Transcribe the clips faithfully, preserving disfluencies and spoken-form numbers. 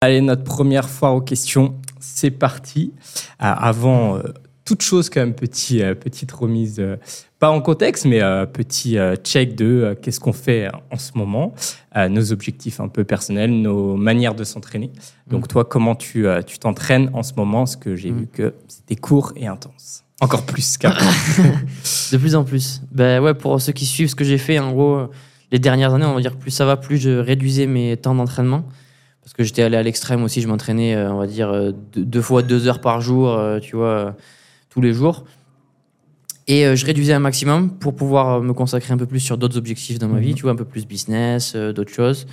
Allez, notre première foire aux questions, c'est parti. Euh, avant euh, toute chose, quand même, petit, euh, petite remise, euh, pas en contexte, mais euh, petit euh, check de euh, qu'est-ce qu'on fait en ce moment, euh, nos objectifs un peu personnels, nos manières de s'entraîner. Donc, mmh. toi, comment tu, euh, tu t'entraînes en ce moment? Parce que j'ai mmh. vu que c'était court et intense. Encore plus qu'avant. De plus en plus. Ben ouais, pour ceux qui suivent ce que j'ai fait, en gros, les dernières années, on va dire plus ça va, plus je réduisais mes temps d'entraînement. Parce que j'étais allé à l'extrême aussi, je m'entraînais, on va dire, deux, deux fois deux heures par jour, tu vois, tous les jours. Et je réduisais un maximum pour pouvoir me consacrer un peu plus sur d'autres objectifs dans ma vie, tu vois, un peu plus business, d'autres choses.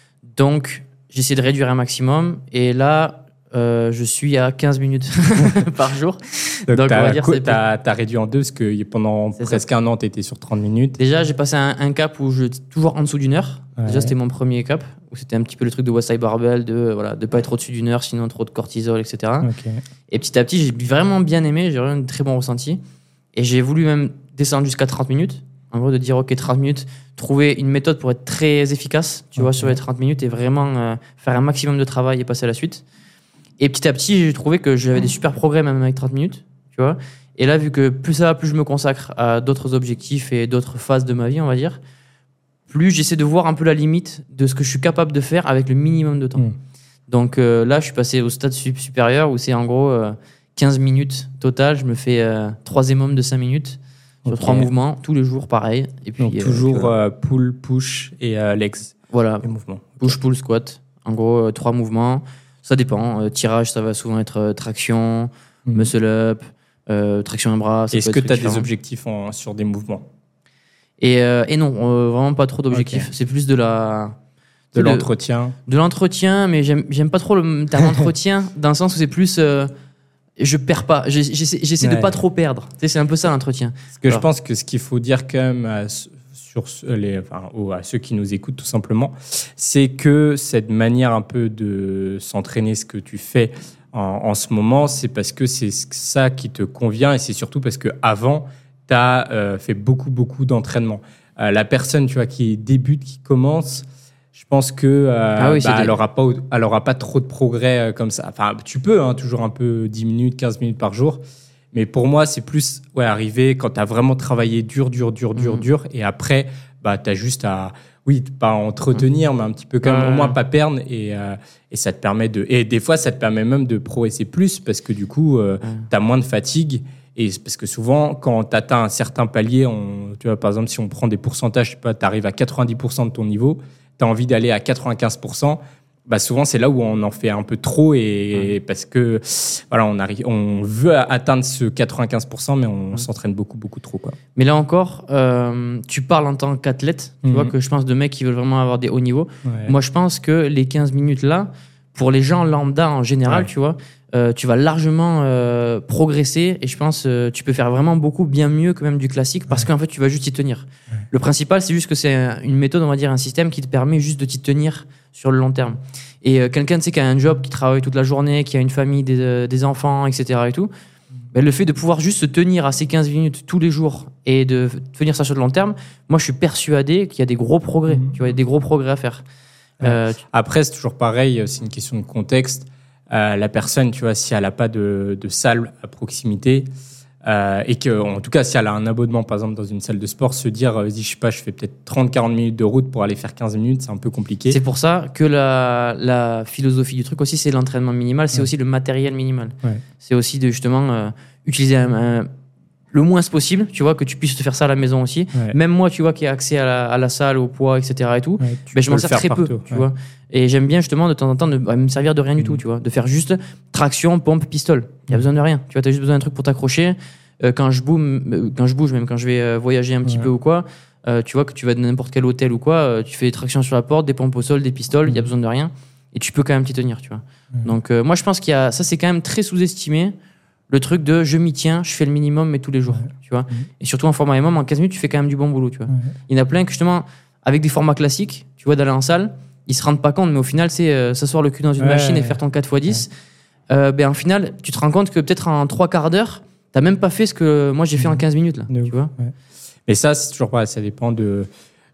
Donc, j'essaie de réduire un maximum. Et là, euh, je suis à quinze minutes par jour. Donc, Donc t'as, on va dire, co- t'as, t'as réduit en deux, parce que pendant c'est presque ça. un an, tu étais sur trente minutes. Déjà, j'ai passé un, un cap où je toujours en dessous d'une heure. Ouais. Déjà, c'était mon premier cap, où c'était un petit peu le truc de West Side Barbell, de ne voilà, de pas être au-dessus d'une heure, sinon trop de cortisol, et cetera. Okay. Et petit à petit, j'ai vraiment bien aimé, j'ai vraiment un très bon ressenti. Et j'ai voulu même descendre jusqu'à trente minutes. En gros, de dire, OK, trente minutes, trouver une méthode pour être très efficace, tu okay. vois, sur les trente minutes et vraiment euh, faire un maximum de travail et passer à la suite. Et petit à petit, j'ai trouvé que j'avais des super progrès même avec trente minutes, tu vois. Et là, vu que plus ça va, plus je me consacre à d'autres objectifs et d'autres phases de ma vie, on va dire, plus j'essaie de voir un peu la limite de ce que je suis capable de faire avec le minimum de temps. Mmh. Donc euh, là, je suis passé au stade supérieur où c'est en gros euh, quinze minutes total. Je me fais euh, trois émums de cinq minutes sur okay. trois mouvements, tous les jours, pareil. Et puis, Donc, euh, toujours voilà. euh, pull, push et euh, legs. Voilà, les mouvements. Push, pull, squat. En gros, euh, trois mouvements. Ça dépend. Euh, tirage, ça va souvent être euh, traction, mmh. muscle up, euh, traction un bras. Est-ce que tu as des objectifs en, sur des mouvements? Et, euh, et non, euh, vraiment pas trop d'objectifs. Okay. C'est plus de la... De, de l'entretien. De l'entretien, mais j'aime, j'aime pas trop le terme entretien, dans le sens où c'est plus... Euh, je perds pas. J'essaie, j'essaie ouais. de pas trop perdre. Tu sais, c'est un peu ça, l'entretien. Parce que Alors. je pense que ce qu'il faut dire quand même à, sur les, enfin, à ceux qui nous écoutent, tout simplement, c'est que cette manière un peu de s'entraîner, ce que tu fais en, en ce moment, c'est parce que c'est ça qui te convient et c'est surtout parce qu'avant, tu as euh, fait beaucoup, beaucoup d'entraînement. Euh, la personne, tu vois, qui débute, qui commence, je pense que euh, ah oui, bah, elle n'aura pas, elle aura pas trop de progrès euh, comme ça. Enfin, tu peux, hein, toujours un peu dix minutes, quinze minutes par jour. Mais pour moi, c'est plus ouais, arriver quand tu as vraiment travaillé dur, dur, dur, dur, mmh. dur. Et après, bah, tu as juste à, oui, pas entretenir, mmh. mais un petit peu quand même, ouais. au moins pas perdre. Et, euh, et ça te permet de. Et des fois, ça te permet même de progresser plus parce que du coup, euh, mmh. tu as moins de fatigue. Et parce que souvent, quand tu atteins un certain palier, on, tu vois, par exemple, si on prend des pourcentages, tu arrives à quatre-vingt-dix pour cent de ton niveau, tu as envie d'aller à quatre-vingt-quinze pour cent, bah souvent, c'est là où on en fait un peu trop et, mmh. parce que voilà, on, arrive, on veut atteindre ce quatre-vingt-quinze pour cent, mais on mmh. s'entraîne beaucoup, beaucoup trop, quoi. Mais là encore, euh, tu parles en tant qu'athlète, tu mmh. vois, que je pense de mecs qui veulent vraiment avoir des hauts niveaux. Ouais. Moi, je pense que les quinze minutes là, pour les gens lambda en général, ouais. tu vois, Euh, tu vas largement euh, progresser et je pense euh, tu peux faire vraiment beaucoup bien mieux que même du classique parce ouais. qu'en fait tu vas juste y tenir. Ouais. Le principal c'est juste que c'est une méthode, on va dire un système qui te permet juste de t'y tenir sur le long terme. Et euh, quelqu'un tu sais qui a un job, qui travaille toute la journée, qui a une famille, des, euh, des enfants, et cetera et tout, ben, le fait de pouvoir juste se tenir à ces quinze minutes tous les jours et de tenir ça sur le long terme, moi je suis persuadé qu'il y a des gros progrès, mmh. tu vois, il y a des gros progrès à faire. Ouais. Euh, tu... Après c'est toujours pareil, c'est une question de contexte. Euh, la personne, tu vois, si elle n'a pas de, de salle à proximité euh, et que, en tout cas, si elle a un abonnement, par exemple, dans une salle de sport, se dire, vas-y, je sais pas, je fais peut-être trente à quarante minutes de route pour aller faire quinze minutes, c'est un peu compliqué. C'est pour ça que la, la philosophie du truc aussi, c'est l'entraînement minimal, c'est ouais. aussi le matériel minimal. Ouais. C'est aussi de justement euh, utiliser un, un, le moins possible, tu vois, que tu puisses te faire ça à la maison aussi. Ouais. Même moi, tu vois, qui ai accès à la, à la salle, au poids, et cetera et tout, ouais, ben, je m'en sers très partout, peu, tu ouais. vois. Et j'aime bien justement de temps en temps de me servir de rien du mmh. tout, tu vois, de faire juste traction, pompe, pistole. Il y a besoin de rien. Tu vois, t'as juste besoin d'un truc pour t'accrocher. Euh, quand je bouge, euh, quand je bouge, même quand je vais euh, voyager un petit ouais. peu ou quoi, euh, tu vois que tu vas dans n'importe quel hôtel ou quoi, euh, tu fais des tractions sur la porte, des pompes au sol, des pistoles. Il mmh. y a besoin de rien et tu peux quand même t'y tenir, tu vois. Mmh. Donc euh, moi je pense qu'il y a ça, c'est quand même très sous-estimé. Le truc de je m'y tiens, je fais le minimum mais tous les jours, ouais. tu vois. Mmh. Et surtout en format M M, en quinze minutes, tu fais quand même du bon boulot, tu vois. Mmh. Il y en a plein que justement avec des formats classiques, tu vois, d'aller en salle. Ils se rendent pas compte, mais au final, c'est euh, s'asseoir le cul dans une ouais, machine et faire ton quatre fois dix. Ouais. Euh, ben, en final, tu te rends compte que peut-être en trois quarts d'heure, t'as même pas fait ce que moi j'ai fait en quinze minutes. Là, tu vois ouais. Mais ça, c'est toujours pareil, ça dépend de,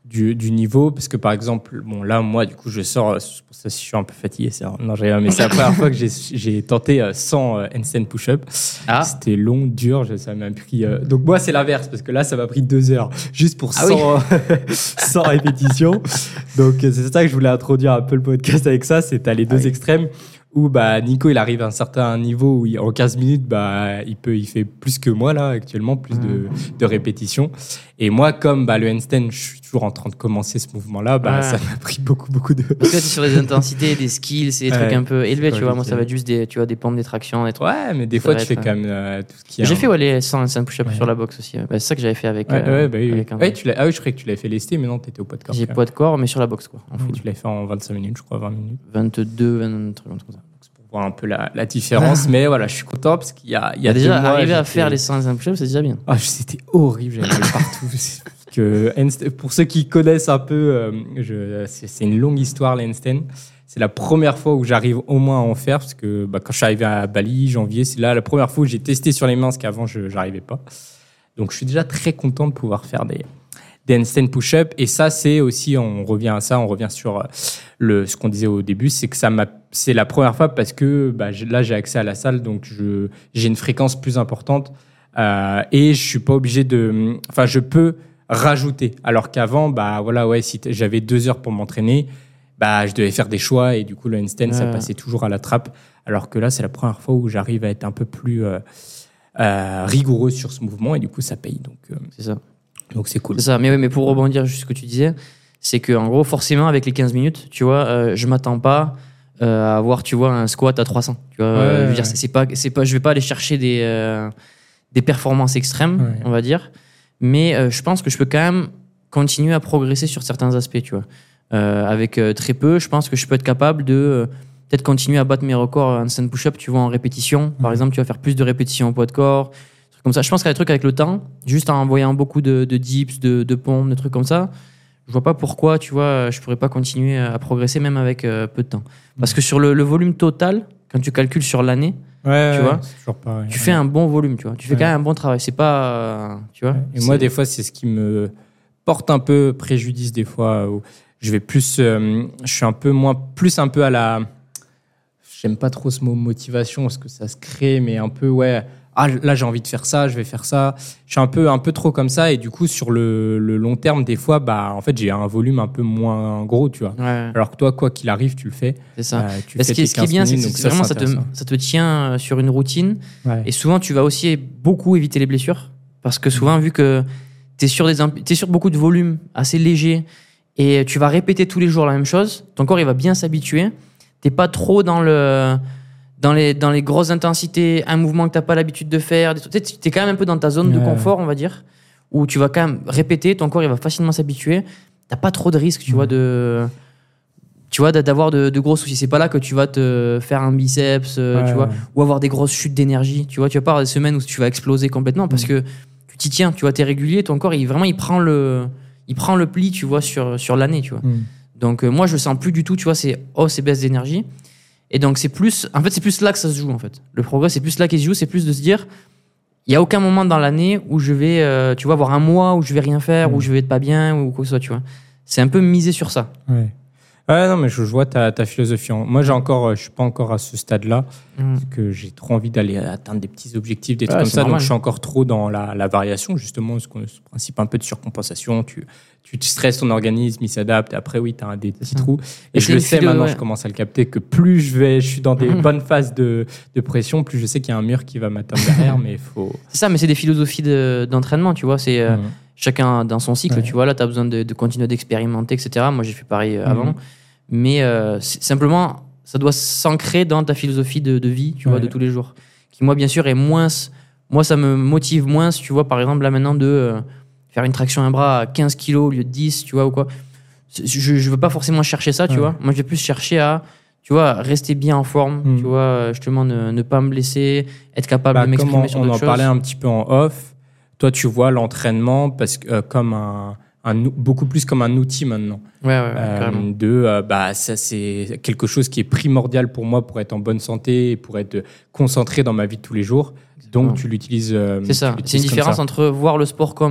du, du niveau, parce que par exemple, bon là, moi, du coup, je sors, c'est pour ça si je suis un peu fatigué, c'est, non, j'ai, mais c'est la première fois que j'ai, j'ai tenté euh, cent euh, handstand push-up. Ah. C'était long, dur, ça m'a pris. Euh, donc moi, c'est l'inverse, parce que là, ça m'a pris deux heures juste pour ah cent, oui. cent répétitions. Donc c'est ça que je voulais introduire un peu le podcast avec ça, c'est t'as les deux ah oui. extrêmes. Où bah Nico il arrive à un certain niveau où il, en quinze minutes bah il peut il fait plus que moi là actuellement, plus mmh. de, de répétitions, et moi comme bah le handstand je suis toujours en train de commencer ce mouvement là, bah ouais. ça m'a pris beaucoup beaucoup de parce que tu es sur des intensités, des skills, c'est des ouais. trucs un peu élevés, tu vois. Moi ça va être juste des tu vois des pompes, des tractions, des trucs. Ouais, mais des ça fois tu fais quand même euh, tout ce qui j'ai un... fait ouais, les cent push-up ouais. sur la boxe aussi, bah, c'est ça que j'avais fait avec, ouais, euh, ouais, bah, oui. avec un... ouais, tu l'as... ah oui je croyais que tu l'avais fait lesté, mais non t'étais au poids de corps. J'ai poids de corps mais sur la boxe quoi en fait. Tu l'avais fait en vingt-cinq minutes je crois, vingt minutes, vingt-deux, vingt trucs comme ça, voir un peu la, la différence. Mais voilà, je suis content parce qu'il y a, il y a déjà deux mois, arriver j'étais... à faire les cent push-ups, c'est déjà bien. Ah, c'était horrible, j'avais mal partout. que, pour ceux qui connaissent un peu, euh, je, c'est, c'est une longue histoire, les handstand. C'est la première fois où j'arrive au moins à en faire, parce que bah, quand je suis arrivé à Bali, janvier, c'est là la première fois où j'ai testé sur les mains, parce qu'avant, je n'arrivais pas. Donc, je suis déjà très content de pouvoir faire des... des handstand push-up. Et ça, c'est aussi, on revient à ça, on revient sur le, ce qu'on disait au début, c'est que ça m'a, c'est la première fois parce que bah, là, j'ai accès à la salle, donc je, j'ai une fréquence plus importante euh, et je suis pas obligé de... Enfin, je peux rajouter. Alors qu'avant, bah, voilà, ouais, si j'avais deux heures pour m'entraîner, bah, je devais faire des choix et du coup, le handstand, ouais. ça passait toujours à la trappe. Alors que là, c'est la première fois où j'arrive à être un peu plus euh, euh, rigoureux sur ce mouvement et du coup, ça paye. Donc, euh, c'est ça. Donc c'est cool. C'est ça, mais, mais pour rebondir sur ce que tu disais, c'est qu'en gros, forcément, avec les quinze minutes, tu vois, euh, je ne m'attends pas euh, à avoir, tu vois, un squat à trois cents. Tu vois, ouais, euh, je veux dire, c'est, c'est pas, c'est pas, je ne vais pas aller chercher des, euh, des performances extrêmes, ouais. on va dire, mais euh, je pense que je peux quand même continuer à progresser sur certains aspects, tu vois. Euh, avec euh, très peu, je pense que je peux être capable de euh, peut-être continuer à battre mes records en handstand push-up, tu vois, en répétition. Par ouais. exemple, tu vas faire plus de répétitions au poids de corps, comme ça. Je pense qu'il y a des trucs avec le temps, juste en envoyant beaucoup de, de dips, de, de pompes, de trucs comme ça. Je vois pas pourquoi, tu vois, je pourrais pas continuer à progresser même avec euh, peu de temps. Parce que sur le, le volume total, quand tu calcules sur l'année, ouais, tu ouais, vois, c'est toujours pareil, tu ouais. fais un bon volume, tu vois. Tu fais ouais. quand même un bon travail. C'est pas, euh, tu vois. Ouais. Et c'est... moi, des fois, c'est ce qui me porte un peu préjudice des fois. Où je vais plus, euh, je suis un peu moins, plus un peu à la. J'aime pas trop ce mot motivation parce que ça se crée, mais un peu ouais. Ah, là, j'ai envie de faire ça, je vais faire ça. Je suis un peu, un peu trop comme ça. Et du coup, sur le, le long terme, des fois, bah, en fait, j'ai un volume un peu moins gros, tu vois. Ouais. Alors que toi, quoi qu'il arrive, tu le fais. C'est ça. Euh, tu fais ce, qui, ce qui est bien, minutes, c'est que c'est ça, vraiment, ça te, ça te tient sur une routine. Ouais. Et souvent, tu vas aussi beaucoup éviter les blessures. Parce que souvent, vu que tu es sur, des, t'es sur beaucoup de volumes assez légers et tu vas répéter tous les jours la même chose, ton corps, il va bien s'habituer. Tu n'es pas trop dans le... Dans les, dans les grosses intensités, un mouvement que tu n'as pas l'habitude de faire. Tu es quand même un peu dans ta zone ouais. de confort, on va dire, où tu vas quand même répéter, ton corps il va facilement s'habituer. Tu n'as pas trop de risques, tu, mmh. vois, de, tu vois, d'avoir de, de gros soucis. C'est pas là que tu vas te faire un biceps, ouais, tu vois, ouais. ou avoir des grosses chutes d'énergie. Tu vois, tu vas pas avoir des semaines où tu vas exploser complètement parce mmh. que tu t'y tiens, tu vois, tu es régulier, ton corps il, vraiment il prend, le, il prend le pli, tu vois, sur, sur l'année. Tu vois. Mmh. Donc euh, moi je sens plus du tout, tu vois, c'est hausse et baisse d'énergie. Et donc, c'est plus, en fait, c'est plus là que ça se joue, en fait. Le progrès, c'est plus là qu'il se joue, c'est plus de se dire, il n'y a aucun moment dans l'année où je vais, euh, tu vois, avoir un mois où je vais rien faire, mmh. où je vais être pas bien, ou quoi que ce soit, tu vois. C'est un peu misé sur ça. Ouais. Ouais, non, mais je, je vois ta, ta philosophie. Moi, j'ai encore, je suis pas encore à ce stade-là, mmh. parce que j'ai trop envie d'aller atteindre des petits objectifs, des trucs ouais, comme ça. Normal. Donc, je suis encore trop dans la, la variation, justement, ce principe un peu de surcompensation. Tu, tu te stresses ton organisme, il s'adapte. Et après, oui, tu as des petits trous. Et, et je le sais philo, maintenant, ouais. je commence à le capter, que plus je vais, je suis dans des mmh. bonnes phases de, de pression, plus je sais qu'il y a un mur qui va m'atteindre derrière, mais il faut. C'est ça, mais c'est des philosophies de, d'entraînement, tu vois. C'est euh, mmh. chacun dans son cycle, ouais. tu vois. Là, tu as besoin de, de continuer d'expérimenter, et cetera. Moi, j'ai fait pareil euh, avant. Mmh. Mais euh, simplement, ça doit s'ancrer dans ta philosophie de, de vie, tu ouais. vois, de tous les jours. Qui, moi, bien sûr, est moins... Moi, ça me motive moins, tu vois, par exemple, là, maintenant, de euh, faire une traction à un bras à quinze kilos au lieu de dix, tu vois, ou quoi. Je ne veux pas forcément chercher ça, tu ouais. vois. Moi, je vais plus chercher à, tu vois, rester bien en forme, mmh. tu vois, justement, ne, ne pas me blesser, être capable bah, de m'exprimer sur d'autres choses. On en parlait un petit peu en off. Toi, tu vois l'entraînement parce que, euh, comme un... Un, beaucoup plus comme un outil maintenant. Ouais, ouais, ouais, euh, de, euh, bah, ça, c'est quelque chose qui est primordial pour moi pour être en bonne santé et pour être concentré dans ma vie de tous les jours. Donc, tu l'utilises. Euh, c'est ça. C'est une différence ça. entre voir le sport comme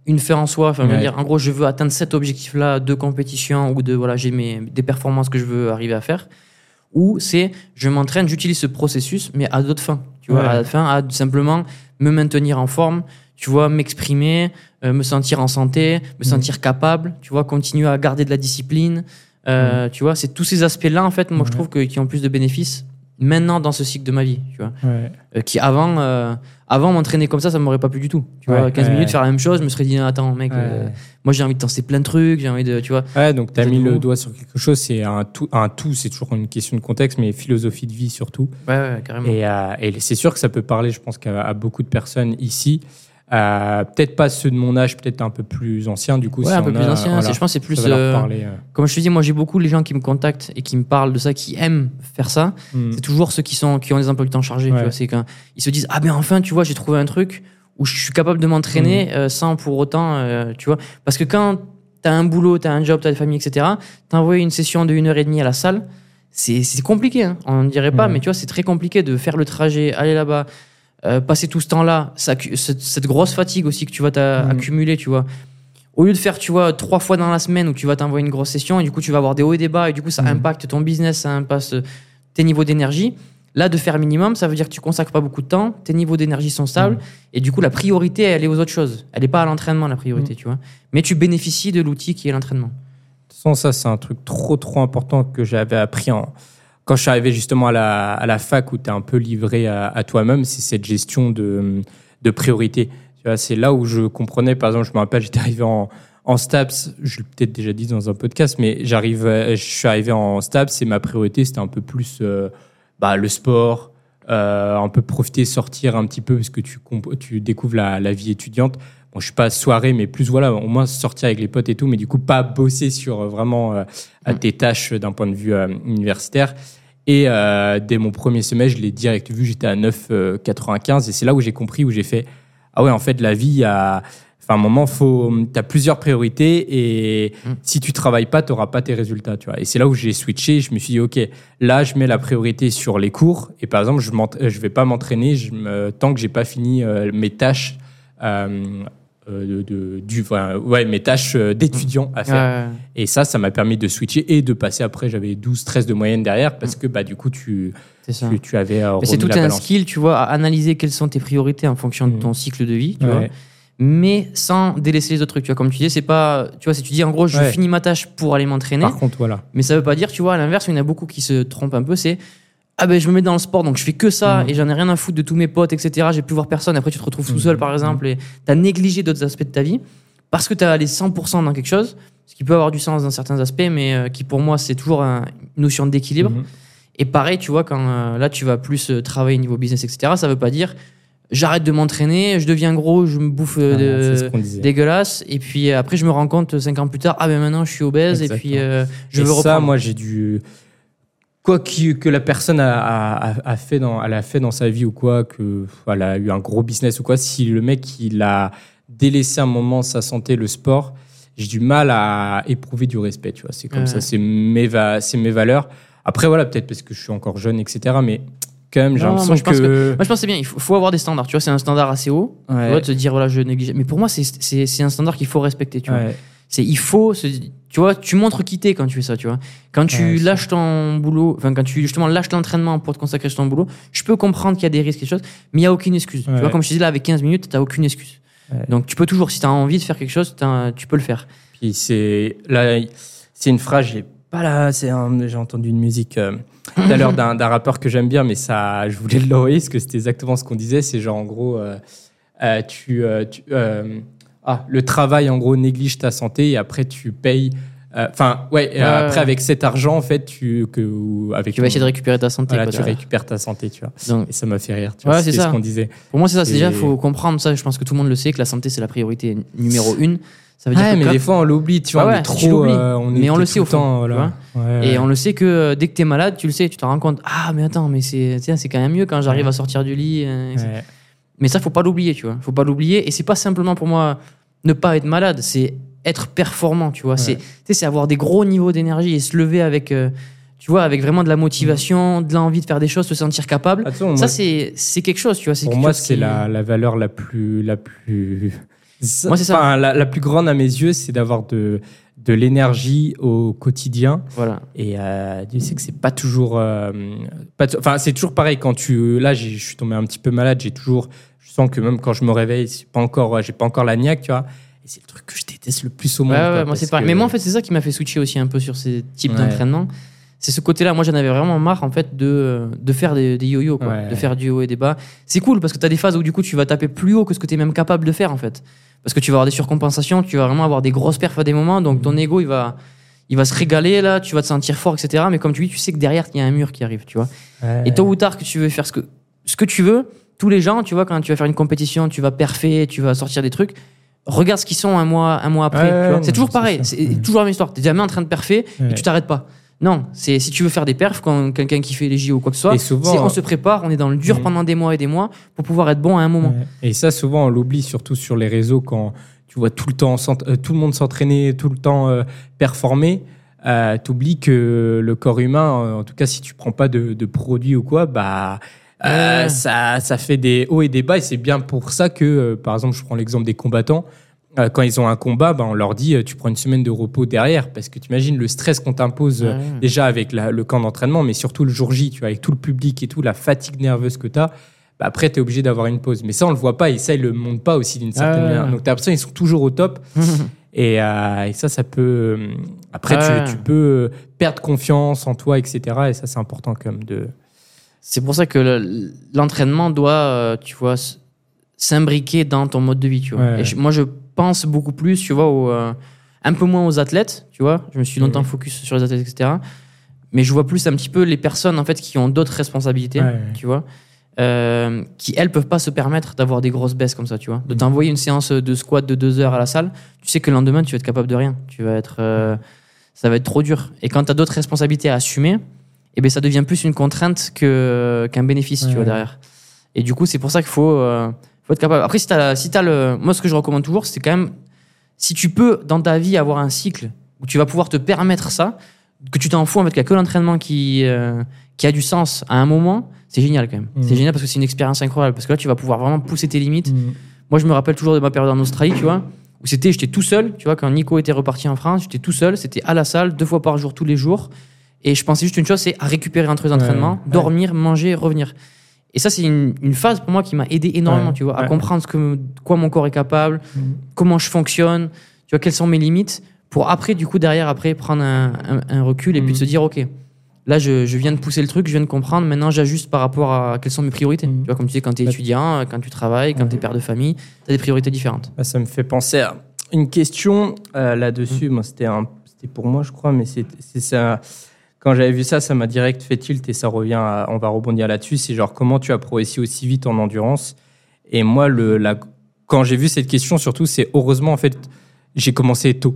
une fin en soi, enfin, ouais. dire, en gros, je veux atteindre cet objectif-là de compétition ou de, voilà, j'ai mes, des performances que je veux arriver à faire. Ou c'est, je m'entraîne, j'utilise ce processus, mais à d'autres fins. Tu vois, ouais. à la fin, à simplement me maintenir en forme, tu vois, m'exprimer, euh, me sentir en santé, me mmh. sentir capable, tu vois, continuer à garder de la discipline. Euh, mmh. Tu vois, c'est tous ces aspects-là, en fait, moi, ouais. je trouve que, qui ont plus de bénéfices maintenant dans ce cycle de ma vie, tu vois. Ouais. Euh, qui avant, euh, avant m'entraîner comme ça, ça m'aurait pas plu du tout. Tu ouais, vois, quinze ouais. minutes faire la même chose, je me serais dit attends mec, ouais. euh, moi j'ai envie de tester plein de trucs, j'ai envie de, tu vois. Ouais, donc tu as mis le doigt sur quelque chose, c'est un tout, un tout, c'est toujours une question de contexte, mais philosophie de vie surtout. Ouais, ouais, carrément. Et, euh, et c'est sûr que ça peut parler, je pense, qu'à à beaucoup de personnes ici. Euh, peut-être pas ceux de mon âge, peut-être un peu plus anciens du coup. Ouais, si un peu on plus a, anciens. voilà, je pense que c'est plus. Euh, parler, euh... Comme je te dis, moi j'ai beaucoup les gens qui me contactent et qui me parlent de ça, qui aiment faire ça. Mm. C'est toujours ceux qui sont qui ont des emplois du temps chargés. Ouais. Tu vois, c'est quand ils se disent ah ben enfin tu vois j'ai trouvé un truc où je suis capable de m'entraîner mm. euh, sans pour autant euh, tu vois parce que quand t'as un boulot, t'as un job, t'as une famille, et cetera. T'envoies une session de une heure et demie à la salle, c'est c'est compliqué. Hein. On ne dirait pas, mm. mais tu vois c'est très compliqué de faire le trajet, aller là-bas. Euh, passer tout ce temps-là, ça, cette, cette grosse fatigue aussi que tu vas t'accumuler, mmh. tu vois. Au lieu de faire, tu vois, trois fois dans la semaine où tu vas t'envoyer une grosse session et du coup tu vas avoir des hauts et des bas et du coup ça mmh. impacte ton business, ça impacte tes niveaux d'énergie. Là, de faire minimum, ça veut dire que tu consacres pas beaucoup de temps, tes niveaux d'énergie sont stables mmh. et du coup la priorité, elle est aux autres choses. Elle est pas à l'entraînement, la priorité, mmh. tu vois. Mais tu bénéficies de l'outil qui est l'entraînement. De toute façon, ça, c'est un truc trop, trop important que j'avais appris en... Quand je suis arrivé justement à la, à la fac où tu es un peu livré à, à toi-même, c'est cette gestion de, de priorité. Tu vois, c'est là où je comprenais, par exemple, je me rappelle, j'étais arrivé en, en STAPS, je l'ai peut-être déjà dit dans un podcast, mais j'arrive, je suis arrivé en STAPS et ma priorité, c'était un peu plus euh, bah, le sport, euh, un peu profiter, sortir un petit peu parce que tu, tu découvres la, la vie étudiante. Bon, je suis pas soirée, mais plus voilà, au moins sortir avec les potes et tout, mais du coup pas bosser sur euh, vraiment euh, mmh. tes tâches d'un point de vue euh, universitaire. Et euh, dès mon premier semestre, je l'ai direct vu, j'étais à neuf virgule quatre-vingt-quinze et c'est là où j'ai compris, où j'ai fait ah ouais, en fait la vie, à enfin un moment, faut t'as plusieurs priorités et mmh. si tu travailles pas, t'auras pas tes résultats, tu vois. Et c'est là où j'ai switché, je me suis dit ok, là je mets la priorité sur les cours et par exemple je je vais pas m'entraîner je me, tant que j'ai pas fini euh, mes tâches. Euh, De, de, du, enfin, ouais, mes tâches d'étudiant à faire. Ouais, ouais. Et ça, ça m'a permis de switcher et de passer après, j'avais douze treize de moyenne derrière parce que bah, du coup, tu, tu, tu avais remis la balance. C'est tout un skill, tu vois, à analyser quelles sont tes priorités en fonction de ton mmh. cycle de vie, tu ouais. vois, mais sans délaisser les autres trucs. Tu vois, comme tu dis, c'est pas, tu vois, si tu dis en gros, je ouais. finis ma tâche pour aller m'entraîner. Par contre, voilà. Mais ça veut pas dire, tu vois, à l'inverse, il y en a beaucoup qui se trompent un peu, c'est ah ben je me mets dans le sport donc je fais que ça mmh. et j'en ai rien à foutre de tous mes potes etc, j'ai pu voir personne, après tu te retrouves mmh. tout seul par exemple et t'as négligé d'autres aspects de ta vie parce que t'as allé cent pour cent dans quelque chose, ce qui peut avoir du sens dans certains aspects mais euh, qui pour moi c'est toujours un, une notion d'équilibre mmh. et pareil tu vois quand euh, là tu vas plus euh, travailler niveau business etc, ça veut pas dire j'arrête de m'entraîner, je deviens gros, je me bouffe euh, ah, de, dégueulasse et puis euh, après je me rends compte cinq ans plus tard ah ben maintenant je suis obèse. Exactement. Et puis euh, je et veux ça, reprendre. Moi j'ai dû quoi que la personne a, a, a, fait dans, elle a fait dans sa vie ou quoi, qu'elle a eu un gros business ou quoi, si le mec il a délaissé un moment sa santé, le sport, j'ai du mal à éprouver du respect, tu vois. C'est comme ouais. ça, c'est mes, va, c'est mes valeurs. Après, voilà, peut-être parce que je suis encore jeune, et cetera. Mais quand même, j'ai non, l'impression moi, je que... que... Moi, je pense que c'est bien, il faut, faut avoir des standards, tu vois. C'est un standard assez haut, ouais. tu vois, de se dire, voilà, je néglige. Mais pour moi, c'est, c'est, c'est un standard qu'il faut respecter, tu vois. Ouais. C'est, il faut, se, tu vois, tu montres qui t'es quand tu fais ça, tu vois. Quand tu ouais, lâches ton boulot, enfin, quand tu justement lâches l'entraînement pour te consacrer sur ton boulot, je peux comprendre qu'il y a des risques et choses, mais il n'y a aucune excuse. Ouais. Tu vois, comme je te disais là, avec quinze minutes, tu n'as aucune excuse. Ouais. Donc, tu peux toujours, si tu as envie de faire quelque chose, tu peux le faire. Puis, c'est, là, c'est une phrase, j'ai pas là, c'est un, j'ai entendu une musique euh, tout à l'heure d'un, d'un rappeur que j'aime bien, mais ça, je voulais le l'envoyer parce que c'était exactement ce qu'on disait. C'est genre, en gros, euh, euh, tu. Euh, tu euh, Ah, le travail, en gros, néglige ta santé et après, tu payes... Enfin, euh, ouais, ouais, après, avec cet argent, en fait, tu... Que, ou avec tu vas ton, essayer de récupérer ta santé. Voilà, quoi, tu récupères ta santé, tu vois. Donc, et ça m'a fait rire, tu ouais, vois. C'est c'était ça. ce qu'on disait. Pour moi, c'est ça. C'est et... déjà, il faut comprendre ça. Je pense que tout le monde le sait, que la santé, c'est la priorité numéro une. Ça veut dire ouais, que mais quand... des fois, on l'oublie, tu vois. Ouais, ouais, on est trop... tu l'oublies. Euh, on mais on le sait au fond. Temps, voilà. ouais, ouais. Et on le sait que euh, dès que t'es malade, tu le sais, tu te rends compte. Ah, mais attends, mais c'est, c'est quand même mieux quand j'arrive ouais. à sortir du lit. Euh, ouais. Mais ça, faut pas l'oublier, tu vois. Faut pas l'oublier. Et c'est pas simplement pour moi ne pas être malade, c'est être performant, tu vois. Ouais. C'est, tu sais, c'est avoir des gros niveaux d'énergie et se lever avec, euh, tu vois, avec vraiment de la motivation, de l'envie de faire des choses, se sentir capable. Attends, ça, moi, c'est, c'est quelque chose, tu vois. C'est pour quelque moi, chose c'est qui... la, la valeur la plus, la plus, Ça, Moi, c'est ça. Enfin, la, la plus grande à mes yeux, c'est d'avoir de, de l'énergie au quotidien. Voilà. Et euh, Dieu sait que c'est pas toujours. Euh, pas t- enfin, c'est toujours pareil. Quand tu. Là, j'ai, je suis tombé un petit peu malade. J'ai toujours. Je sens que même quand je me réveille, c'est pas encore, j'ai pas encore la niaque, tu vois. Et c'est le truc que je déteste le plus au monde. Ouais, quoi, ouais, moi, c'est pareil. que... Mais moi, en fait, c'est ça qui m'a fait switcher aussi un peu sur ces types ouais. d'entraînement. C'est ce côté-là. Moi, j'en avais vraiment marre, en fait, de, de faire des, des yo-yo, quoi. Ouais. De faire du haut et des bas. C'est cool parce que t'as des phases où, du coup, tu vas taper plus haut que ce que t'es même capable de faire, en fait. Parce que tu vas avoir des surcompensations, tu vas vraiment avoir des grosses perfs à des moments. Donc, ton ego, il va, il va se régaler, là. Tu vas te sentir fort, et cetera. Mais comme tu dis, tu sais que derrière, il y a un mur qui arrive, tu vois. Ouais. Et tôt ou tard, que tu veux faire ce que, ce que tu veux, tous les gens, tu vois, quand tu vas faire une compétition, tu vas perfer, tu vas sortir des trucs. Regarde ce qu'ils sont un mois, un mois après. Ouais, tu vois. non, C'est toujours c'est pareil. ça. C'est Mmh. toujours la même histoire. T'es jamais en train de perfer Ouais. et tu t'arrêtes pas. Non, c'est si tu veux faire des perfs, quand quelqu'un qui fait les J O ou quoi que ce soit, Et souvent, c'est on se prépare, on est dans le dur Mmh. pendant des mois et des mois pour pouvoir être bon à un moment. Ouais. Et ça, souvent, on l'oublie, surtout sur les réseaux, quand tu vois tout le temps, euh, tout le monde s'entraîner, tout le temps euh, performer. Euh, t'oublies que le corps humain, euh, en tout cas, si tu prends pas de, de produits ou quoi, bah. Euh, Ouais. ça, ça fait des hauts et des bas, et c'est bien pour ça que, euh, par exemple, je prends l'exemple des combattants. Euh, quand ils ont un combat, bah, on leur dit euh, tu prends une semaine de repos derrière, parce que tu imagines le stress qu'on t'impose euh, Ouais. déjà avec la- le camp d'entraînement, mais surtout le jour J, tu vois, avec tout le public et tout, la fatigue nerveuse que tu as. Bah, après, tu es obligé d'avoir une pause. Mais ça, on le voit pas, et ça, ils le montrent pas aussi d'une certaine ouais. manière. Donc, tu as l'impression qu'ils sont toujours au top. Et, euh, et ça, ça peut. euh, Après, Ouais. tu, tu peux perdre confiance en toi, et cetera. Et ça, c'est important quand même de. C'est pour ça que le- l'entraînement doit, euh, tu vois, s- s'imbriquer dans ton mode de vie, tu vois. Ouais. Et je- moi, je pense beaucoup plus, tu vois, aux, euh, un peu moins aux athlètes, tu vois. Je me suis longtemps Mhm. focus sur les athlètes, et cetera. Mais je vois plus un petit peu les personnes, en fait, qui ont d'autres responsabilités, Ouais. tu vois, euh, qui, elles, peuvent pas se permettre d'avoir des grosses baisses comme ça, tu vois. De Mhm. t'envoyer une séance de squat de deux heures à la salle, tu sais que le lendemain, tu vas être capable de rien. Tu vas être... euh, ça va être trop dur. Et quand tu as d'autres responsabilités à assumer, eh ben, ça devient plus une contrainte que, qu'un bénéfice, Ouais. tu vois, derrière. Et du coup, c'est pour ça qu'il faut, euh, faut être capable. Après, si t'as, si t'as le, moi, ce que je recommande toujours, c'est quand même, si tu peux, dans ta vie, avoir un cycle où tu vas pouvoir te permettre ça, que tu t'en fous, en fait, qu'il n'y a que l'entraînement qui, euh, qui a du sens à un moment, c'est génial quand même. Mhm. C'est génial parce que c'est une expérience incroyable. Parce que là, tu vas pouvoir vraiment pousser tes limites. Mhm. Moi, je me rappelle toujours de ma période en Australie, tu vois, où c'était, j'étais tout seul, tu vois, quand Nico était reparti en France, j'étais tout seul, c'était à la salle, deux fois par jour, tous les jours. Et je pensais juste une chose, c'est à récupérer entre les entraînements, Ouais, dormir, manger, revenir. Et ça, c'est une, une phase pour moi qui m'a aidé énormément, Ouais, tu vois, à ouais. comprendre ce que, quoi mon corps est capable, Mhm. comment je fonctionne, tu vois, quelles sont mes limites, pour après, du coup, derrière, après, prendre un, un, un recul et puis Mhm. de se dire, OK, là, je, je viens de pousser le truc, je viens de comprendre, maintenant, j'ajuste par rapport à quelles sont mes priorités. Mhm. Tu vois, comme tu dis, quand tu es Bah, étudiant, quand tu travailles, quand Ouais. tu es père de famille, tu as des priorités différentes. Bah, ça me fait penser à une question euh, là-dessus. Moi, c'était, un, c'était pour moi, je crois, mais c'est, c'est ça. Quand j'avais vu ça, ça m'a direct fait tilt et ça revient. À, on va rebondir là-dessus. C'est genre comment tu as progressé aussi vite en endurance. Et moi, le, la, quand j'ai vu cette question, surtout, c'est heureusement en fait, j'ai commencé tôt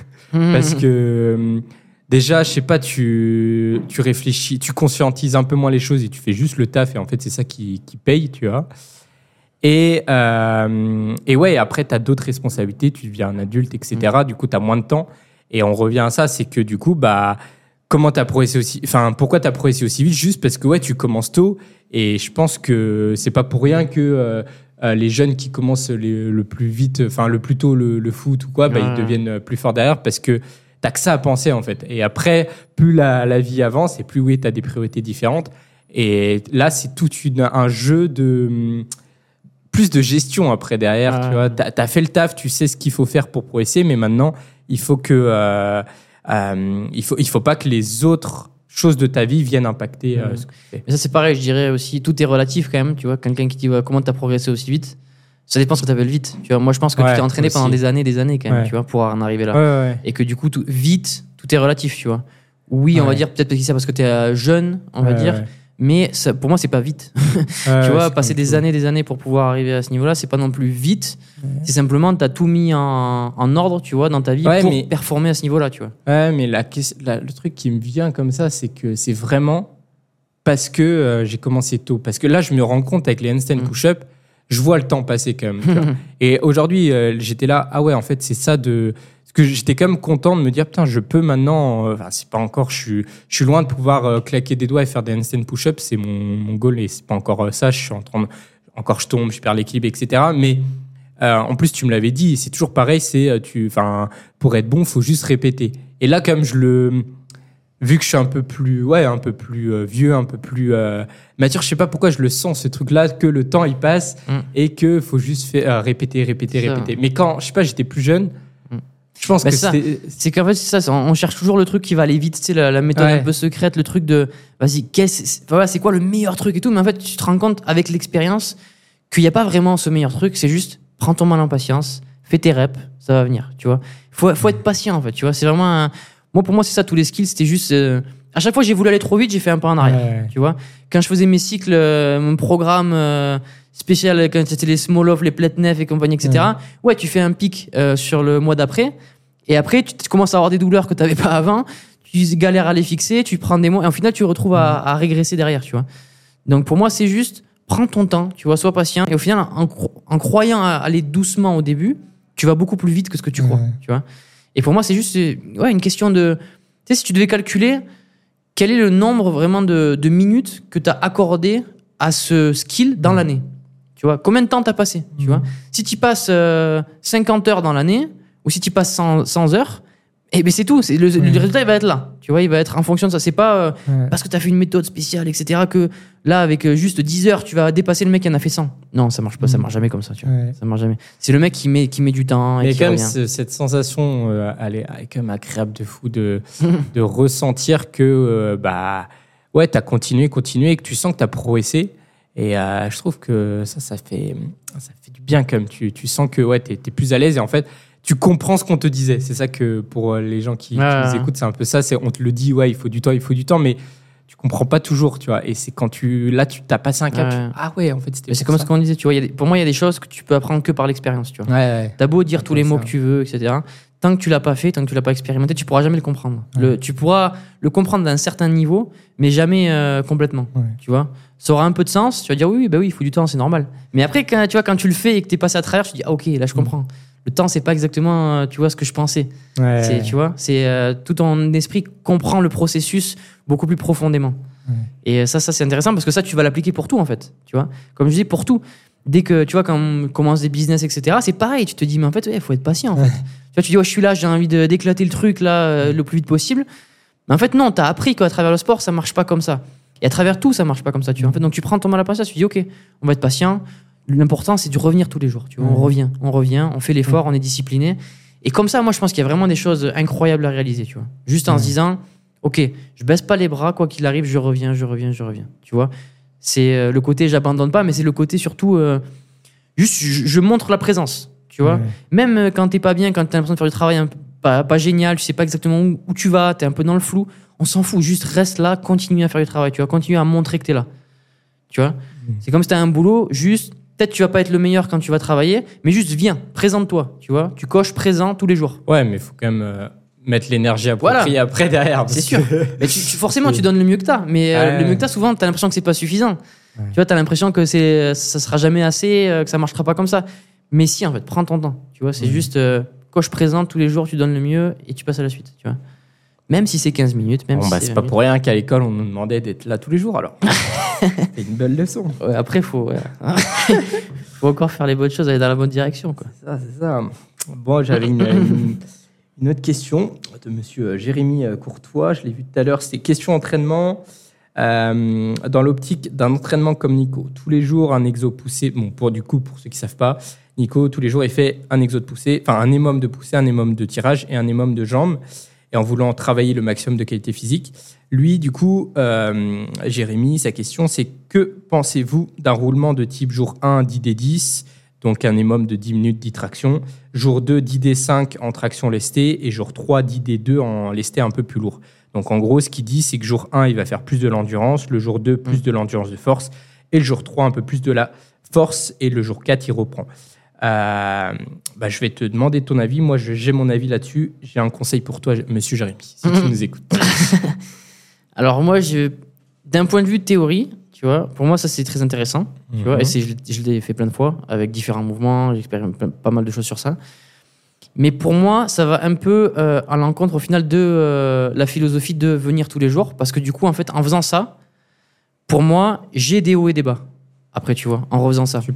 parce que euh, déjà, je sais pas, tu, tu réfléchis, tu conscientises un peu moins les choses et tu fais juste le taf et en fait, c'est ça qui, qui paye, tu vois. Et, euh, et ouais, après, tu as d'autres responsabilités, tu deviens un adulte, et cetera. Du coup, tu as moins de temps. Et on revient à ça, c'est que du coup, bah, comment tu as progressé aussi, enfin, pourquoi tu as progressé aussi vite? Juste parce que ouais, tu commences tôt. Et je pense que c'est pas pour rien que euh, euh, les jeunes qui commencent les- le plus vite, enfin, le plus tôt le, le foot ou quoi, bah, Ouais. ils deviennent plus forts derrière parce que t'as que ça à penser, en fait. Et après, plus la, la vie avance et plus, oui, tu as des priorités différentes. Et là, c'est tout une, un jeu de plus de gestion après derrière, Ah. tu vois. T'as, t'as fait le taf, tu sais ce qu'il faut faire pour progresser, mais maintenant, il faut que, euh, euh, il faut, il faut pas que les autres choses de ta vie viennent impacter euh, Ouais. ce que tu fais. Mais ça, c'est pareil, je dirais aussi, tout est relatif quand même, tu vois. Quelqu'un qui dit ouais, comment t'as progressé aussi vite, ça dépend ce que t'appelles vite. Tu vois, moi, je pense que Ouais, tu t'es entraîné aussi. pendant des années, des années quand même, Ouais. tu vois, pour en arriver là. Ouais, ouais. Et que du coup, tout, vite, tout est relatif, tu vois. Oui, on va Ouais. dire peut-être que c'est parce que t'es euh, jeune, on va Ouais, dire, ouais. mais ça, pour moi, c'est pas vite. Ouais, tu ouais, vois, c'est passer comme des tout. années, des années pour pouvoir arriver à ce niveau-là, c'est pas non plus vite. C'est simplement, t'as tout mis en, en ordre, tu vois, dans ta vie Ouais, pour mais- performer à ce niveau-là, tu vois. Ouais, mais la, ques- la- le truc qui me vient comme ça, c'est que c'est vraiment parce que euh, j'ai commencé tôt. Parce que là, je me rends compte avec les handstand Mm. push-up, je vois le temps passer quand même. tu vois. Et aujourd'hui, euh, j'étais là, ah ouais, en fait, c'est ça de. Parce que j'étais quand même content de me dire, putain, je peux maintenant. euh, Enfin, c'est pas encore, je suis, je suis loin de pouvoir euh, claquer des doigts et faire des handstand push-up. C'est mon, mon goal et c'est pas encore euh, ça. Je suis en train de. Encore, je tombe, je perds l'équilibre, et cetera. Mais Euh, en plus, tu me l'avais dit, c'est toujours pareil, c'est, tu, enfin, pour être bon, il faut juste répéter. Et là, comme je le... Vu que je suis un peu plus, ouais, un peu plus euh, vieux, un peu plus euh, mature, je sais pas pourquoi je le sens, ce truc-là, que le temps, il passe mm. et qu'il faut juste faire, euh, répéter, répéter, ça. répéter. Mais quand, je sais pas, j'étais plus jeune, mm. je pense bah que ça, c'était... C'est qu'en fait, c'est ça, on cherche toujours le truc qui va aller vite, tu sais, la, la méthode ouais. un peu secrète, le truc de, vas-y, qu'est-ce, c'est, voilà, c'est quoi le meilleur truc et tout. Mais en fait, tu te rends compte, avec l'expérience, qu'il n'y a pas vraiment ce meilleur truc, c'est juste, prends ton mal en patience, fais tes reps, ça va venir, tu vois. Faut, faut être patient, en fait, tu vois. C'est vraiment un... Moi, pour moi, c'est ça, tous les skills, c'était juste... Euh... À chaque fois que j'ai voulu aller trop vite, j'ai fait un pas en arrière, ouais. tu vois. Quand je faisais mes cycles, euh, mon programme euh, spécial, quand c'était les small off, les Pletnev et compagnie, et cetera, ouais, ouais tu fais un pic euh, sur le mois d'après, et après, tu commences à avoir des douleurs que tu n'avais pas avant, tu galères à les fixer, tu prends des mois, et au final, tu te retrouves à, à régresser derrière, tu vois. Donc, pour moi, c'est juste, prends ton temps, tu vois, sois patient, et au final, en, en croyant à aller doucement au début, tu vas beaucoup plus vite que ce que tu crois, ouais. tu vois. Et pour moi, c'est juste ouais, une question de... Tu sais, si tu devais calculer quel est le nombre vraiment de, de minutes que tu as accordé à ce skill dans mmh. l'année. Tu vois, combien de temps tu as passé, tu mmh. vois. Si tu passes euh, cinquante heures dans l'année, ou si tu passes cent, cent heures, eh ben c'est tout. C'est le, mmh. le résultat, il va être là. Tu vois, il va être en fonction de ça. C'est pas euh, ouais. parce que tu as fait une méthode spéciale, et cetera, que là, avec euh, juste dix heures, tu vas dépasser le mec qui en a fait cent. Non, ça marche pas. Mmh. Ça marche jamais comme ça. Tu vois. Ouais. Ça marche jamais. C'est le mec qui met, qui met du temps. Et Mais qui quand même, revient. cette sensation, euh, elle, est, elle est quand même agréable de fou de, de ressentir que euh, bah, ouais, tu as continué, continué et que tu sens que tu as progressé. Et euh, je trouve que ça, ça fait, ça fait du bien quand même. Tu, tu sens que ouais, tu es plus à l'aise et en fait, tu comprends ce qu'on te disait. C'est ça que pour les gens qui, ah, qui nous écoutent, c'est un peu ça. C'est, on te le dit, ouais, il faut du temps, il faut du temps, mais tu comprends pas toujours, tu vois. Et c'est quand tu, là, tu t'as passé un cap. Ouais. Tu, ah ouais, en fait, c'était. Mais c'est comme ça. Ce qu'on disait, tu vois. Y a des, pour moi, il y a des choses que tu peux apprendre que par l'expérience, tu vois. Ouais, ouais. T'as beau dire ouais, tous les mots ça. que tu veux, et cetera. Tant que tu l'as pas fait, tant que tu l'as pas expérimenté, tu pourras jamais le comprendre. Ouais. Le, tu pourras le comprendre d'un certain niveau, mais jamais euh, complètement, ouais. tu vois. Ça aura un peu de sens. Tu vas dire oui, bah oui, il faut du temps, c'est normal. Mais après, quand tu vois, quand tu le fais et que t'es passé à travers, tu te dis ah ok, là je comprends. Mmh. Le temps, c'est pas exactement, tu vois, ce que je pensais. Ouais. C'est, tu vois, c'est euh, tout ton esprit comprend le processus beaucoup plus profondément. Ouais. Et ça, ça c'est intéressant parce que ça, tu vas l'appliquer pour tout en fait. Tu vois, comme je dis, pour tout. Dès que tu vois, quand on commence des business, et cetera, c'est pareil. Tu te dis, mais en fait, il ouais, faut être patient. En fait. Tu vois, tu dis, ouais, je suis là, j'ai envie de, d'éclater le truc là euh, le plus vite possible. Mais en fait, non, t'as appris qu'à travers le sport, ça marche pas comme ça. Et à travers tout, ça marche pas comme ça. Tu vois. En fait, donc tu prends ton mal à patience, tu dis, ok, on va être patient. L'important, c'est de revenir tous les jours. Tu vois, ouais. on revient, on revient, on fait l'effort, on est discipliné. Et comme ça, moi, je pense qu'il y a vraiment des choses incroyables à réaliser. Tu vois, juste en ouais. se disant, ok, je baisse pas les bras, quoi qu'il arrive, je reviens, je reviens, je reviens. Tu vois, c'est euh, le côté, j'abandonne pas, mais c'est le côté surtout, euh, juste, je, je montre la présence. Tu vois, ouais. même quand t'es pas bien, quand t'as l'impression de faire du travail un peu, pas, pas génial, tu sais pas exactement où, où tu vas, t'es un peu dans le flou, on s'en fout, juste reste là, continue à faire du travail. Tu vois, continue à montrer que t'es là. Tu vois, mmh. c'est comme si t'as un boulot, juste. Peut-être tu vas pas être le meilleur quand tu vas travailler, mais juste viens, présente-toi, tu vois. Tu coches présent tous les jours. Ouais, mais il faut quand même euh, mettre l'énergie appropriée voilà. après derrière. C'est sûr. Mais tu, tu, forcément, tu donnes le mieux que t'as. Mais euh, ouais. le mieux que t'as, souvent, t'as l'impression que c'est pas suffisant. Ouais. Tu vois, t'as l'impression que c'est, ça sera jamais assez, euh, que ça marchera pas comme ça. Mais si, en fait, prends ton temps. Tu vois, c'est ouais. juste euh, coche présent tous les jours, tu donnes le mieux et tu passes à la suite. Tu vois. Même si c'est quinze minutes, même bon, si bah, c'est, c'est pas minutes. Pour rien qu'à l'école, on nous demandait d'être là tous les jours, alors. C'est une belle leçon. Ouais, après, il faut, ouais. faut encore faire les bonnes choses, aller dans la bonne direction. Quoi. C'est ça, c'est ça. Bon, j'avais une, une, une autre question de monsieur Jérémy Courtois. Je l'ai vu tout à l'heure. C'était question entraînement. Euh, dans l'optique d'un entraînement comme Nico, tous les jours, un exo poussé. Bon, pour, du coup, pour ceux qui ne savent pas, Nico, tous les jours, il fait un exo de poussé, enfin, un émum de poussé, un émum de tirage et un émum de jambes. Et en voulant travailler le maximum de qualité physique. Lui, du coup, euh, Jérémy, sa question, c'est que pensez-vous d'un roulement de type jour un, dix D dix, donc un émum de dix minutes, dix tractions, jour deux, dix D cinq en traction lestée, et jour trois, dix D deux en lesté un peu plus lourd. Donc en gros, ce qu'il dit, c'est que jour un, il va faire plus de l'endurance, le jour deux, plus de l'endurance de force, et le jour trois, un peu plus de la force, et le jour quatre, il reprend. Euh, bah, je vais te demander ton avis. Moi, je, j'ai mon avis là-dessus. J'ai un conseil pour toi, monsieur Jérémy, si mmh. tu nous écoutes. Alors moi, je, d'un point de vue de théorie, tu vois, pour moi, ça c'est très intéressant. Tu mmh. vois, et c'est, je, je l'ai fait plein de fois avec différents mouvements. J'expérimente pas mal de choses sur ça. Mais pour moi, ça va un peu euh, à l'encontre au final de euh, la philosophie de venir tous les jours, parce que du coup, en fait, en faisant ça, pour moi, j'ai des hauts et des bas. Après, tu vois, en refaisant ça. Tu penses ?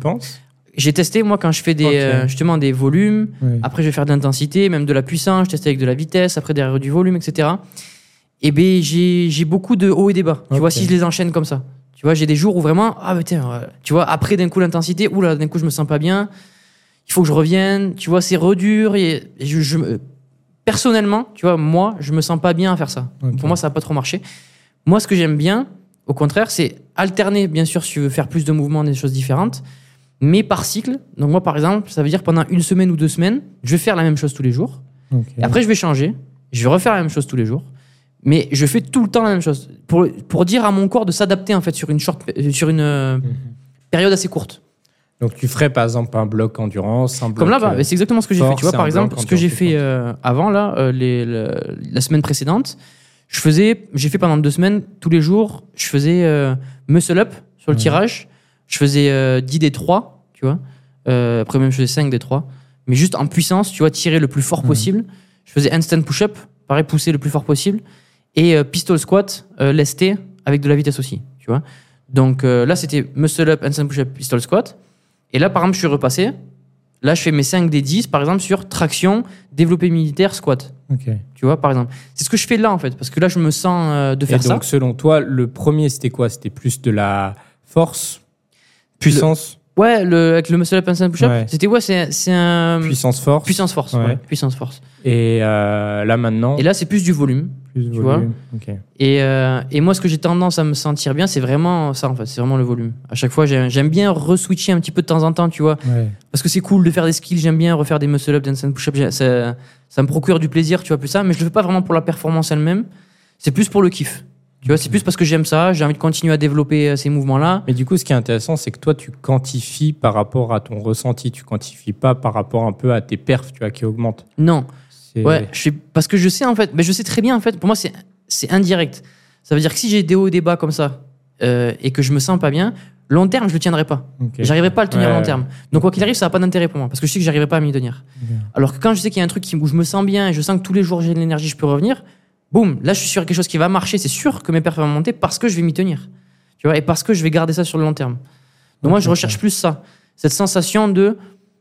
j'ai testé, moi, quand je fais des, okay. euh, justement des volumes, oui. Après, je vais faire de l'intensité, même de la puissance, je teste avec de la vitesse, après, derrière du volume, et cetera. Et bien, j'ai, j'ai beaucoup de hauts et des bas. Tu okay. vois, si je les enchaîne comme ça. Tu vois, j'ai des jours où vraiment, ah, mais tiens, euh, tu vois, après, d'un coup, l'intensité, oula, d'un coup, je me sens pas bien, il faut que je revienne, tu vois, c'est redur. Et, et je, je, personnellement, tu vois, moi, je me sens pas bien à faire ça. Okay. Pour moi, ça n'a pas trop marché. Moi, ce que j'aime bien, au contraire, c'est alterner, bien sûr, si tu veux faire plus de mouvements, des choses différentes, mais par cycle. Donc moi, par exemple, ça veut dire pendant une semaine ou deux semaines, je vais faire la même chose tous les jours. Okay. Et après, je vais changer. Je vais refaire la même chose tous les jours. Mais je fais tout le temps la même chose. Pour, pour dire à mon corps de s'adapter, en fait, sur une, short, sur une euh, mm-hmm. période assez courte. Donc tu ferais, par exemple, un bloc endurance, un bloc... Comme là, bah, c'est exactement ce que j'ai fait. Tu vois, par exemple, ce que j'ai fait euh, avant, là, euh, les, le, la semaine précédente, je faisais, j'ai fait pendant deux semaines, tous les jours, je faisais euh, muscle up sur le mmh. tirage. Je faisais euh, dix des trois, tu vois. Euh, après même, je faisais cinq des trois. Mais juste en puissance, tu vois, tirer le plus fort mmh. possible. Je faisais handstand push-up, pareil, pousser le plus fort possible. Et euh, pistol squat, euh, lesté, avec de la vitesse aussi, tu vois. Donc euh, là, c'était muscle up, handstand push-up, pistol squat. Et là, par exemple, je suis repassé. Là, je fais mes cinq des dix, par exemple, sur traction, développé militaire, squat. Okay. Tu vois, par exemple. C'est ce que je fais là, en fait, parce que là, je me sens euh, de faire ça. Et donc, ça. Selon toi, le premier, c'était quoi? C'était plus de la force, puissance le... Ouais, le, avec le muscle up and push-up, ouais. C'était ouais, c'est, c'est un... Puissance-force. Puissance-force, ouais. ouais. Puissance-force. Et euh, là, maintenant... Et là, c'est plus du volume. Plus de tu volume, vois ok. Et, euh, et moi, ce que j'ai tendance à me sentir bien, c'est vraiment ça, en fait. C'est vraiment le volume. À chaque fois, j'aime, j'aime bien re-switcher un petit peu de temps en temps, tu vois. Ouais. Parce que c'est cool de faire des skills. J'aime bien refaire des muscle-up, des handstand push-up. Ça, ça me procure du plaisir, tu vois, plus ça. Mais je le fais pas vraiment pour la performance elle-même. C'est plus pour le kiff. Tu vois, c'est plus parce que j'aime ça, j'ai envie de continuer à développer ces mouvements-là. Mais du coup, ce qui est intéressant, c'est que toi, tu quantifies par rapport à ton ressenti. Tu quantifies pas par rapport un peu à tes perfs, tu vois, qui augmentent. Non. C'est... Ouais, je fais... parce que je sais, en fait, mais je sais très bien, en fait, pour moi, c'est, c'est indirect. Ça veut dire que si j'ai des hauts et des bas comme ça, euh, et que je me sens pas bien, long terme, je le tiendrai pas. Okay. J'arriverai pas à le tenir ouais, long terme. Donc, quoi qu'il arrive, ça n'a pas d'intérêt pour moi, parce que je sais que j'arriverai pas à m'y tenir. Okay. Alors que quand je sais qu'il y a un truc qui, où je me sens bien, et je sens que tous les jours j'ai de l'énergie, je peux revenir, boum, là je suis sur quelque chose qui va marcher, c'est sûr que mes perfs vont monter parce que je vais m'y tenir, tu vois, et parce que je vais garder ça sur le long terme. Donc okay, moi je recherche okay. plus ça, cette sensation de,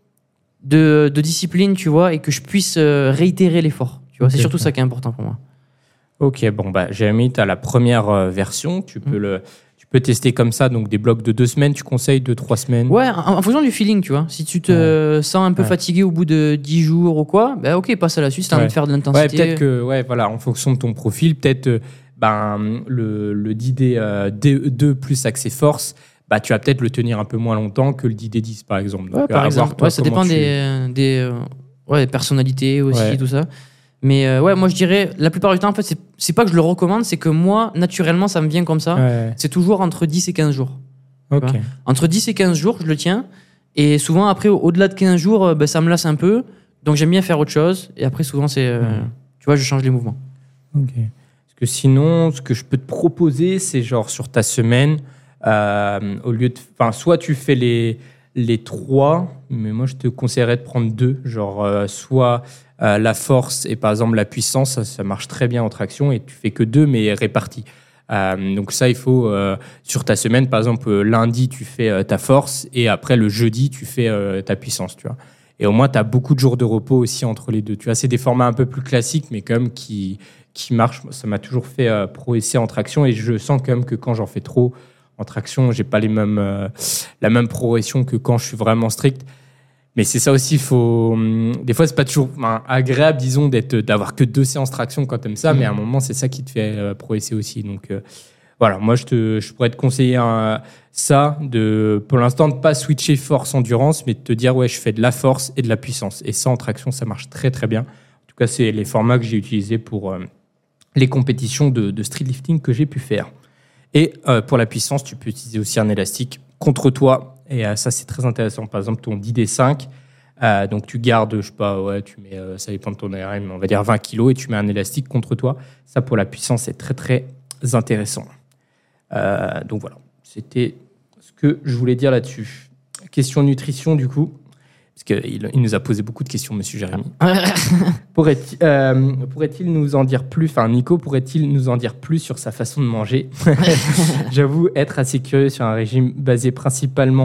de de discipline, tu vois, et que je puisse euh, réitérer l'effort, tu vois, okay, c'est surtout okay. ça qui est important pour moi. Ok, bon bah Jérémy, tu as la première euh, version, tu peux mmh. le tu peux tester comme ça, donc des blocs de deux semaines, tu conseilles de trois semaines. Ouais, en, en fonction du feeling, tu vois. Si tu te ouais. sens un peu ouais. fatigué au bout de dix jours ou quoi, bah ok, passe à la suite, si t'as ouais. envie de faire de l'intensité. Ouais, peut-être que, ouais, voilà, en fonction de ton profil, peut-être euh, ben, le, le dix D euh, D deux plus accès force, bah, tu vas peut-être le tenir un peu moins longtemps que le dix D dix, par exemple. Donc, ouais, par exemple, toi, ouais, ça dépend tu... des, des, euh, ouais, des personnalités aussi, ouais. tout ça. Mais euh, ouais, moi je dirais, la plupart du temps, en fait, c'est, c'est pas que je le recommande, c'est que moi, naturellement, ça me vient comme ça. Ouais. C'est toujours entre dix et quinze jours. Okay. Entre dix et quinze jours, je le tiens. Et souvent, après, au-delà de quinze jours, ben, ça me lasse un peu. Donc j'aime bien faire autre chose. Et après, souvent, c'est. Euh, ouais. Tu vois, je change les mouvements. Ok. Parce que sinon, ce que je peux te proposer, c'est genre sur ta semaine, euh, au lieu de. Enfin, soit tu fais les, les trois, mais moi je te conseillerais de prendre deux. Genre, euh, soit. Euh, la force et par exemple la puissance, ça, ça marche très bien en traction et tu fais que deux mais répartis. Euh, donc ça, il faut euh, sur ta semaine, par exemple euh, lundi tu fais euh, ta force et après le jeudi tu fais euh, ta puissance, tu vois. Et au moins tu as beaucoup de jours de repos aussi entre les deux. Tu vois, c'est des formats un peu plus classiques mais quand même qui qui marchent. Ça m'a toujours fait euh, progresser en traction et je sens quand même que quand j'en fais trop en traction, j'ai pas les mêmes euh, la même progression que quand je suis vraiment strict. Mais c'est ça aussi, faut. Des fois, c'est pas toujours enfin, agréable, disons, d'être, d'avoir que deux séances traction quand t'aimes ça, mmh. mais à un moment, c'est ça qui te fait euh, progresser aussi. Donc, euh, voilà, moi, je, te, je pourrais te conseiller un, ça, de, pour l'instant, de pas switcher force-endurance, mais de te dire, ouais, je fais de la force et de la puissance. Et ça, en traction, ça marche très, très bien. En tout cas, c'est les formats que j'ai utilisés pour euh, les compétitions de, de street lifting que j'ai pu faire. Et euh, pour la puissance, tu peux utiliser aussi un élastique contre toi. Et euh, ça, c'est très intéressant. Par exemple, ton dix D cinq, euh, donc tu gardes, je sais pas, ouais, tu mets, euh, ça dépend de ton A R M, mais on va dire vingt kilos et tu mets un élastique contre toi. Ça, pour la puissance, c'est très, très intéressant. Euh, donc voilà, c'était ce que je voulais dire là-dessus. Question nutrition, du coup, parce qu'il il nous a posé beaucoup de questions, monsieur Jérémy. Pourrait-il, euh, pourrait-il nous en dire plus, enfin, Nico, pourrait-il nous en dire plus sur sa façon de manger? J'avoue être assez curieux sur un régime basé principalement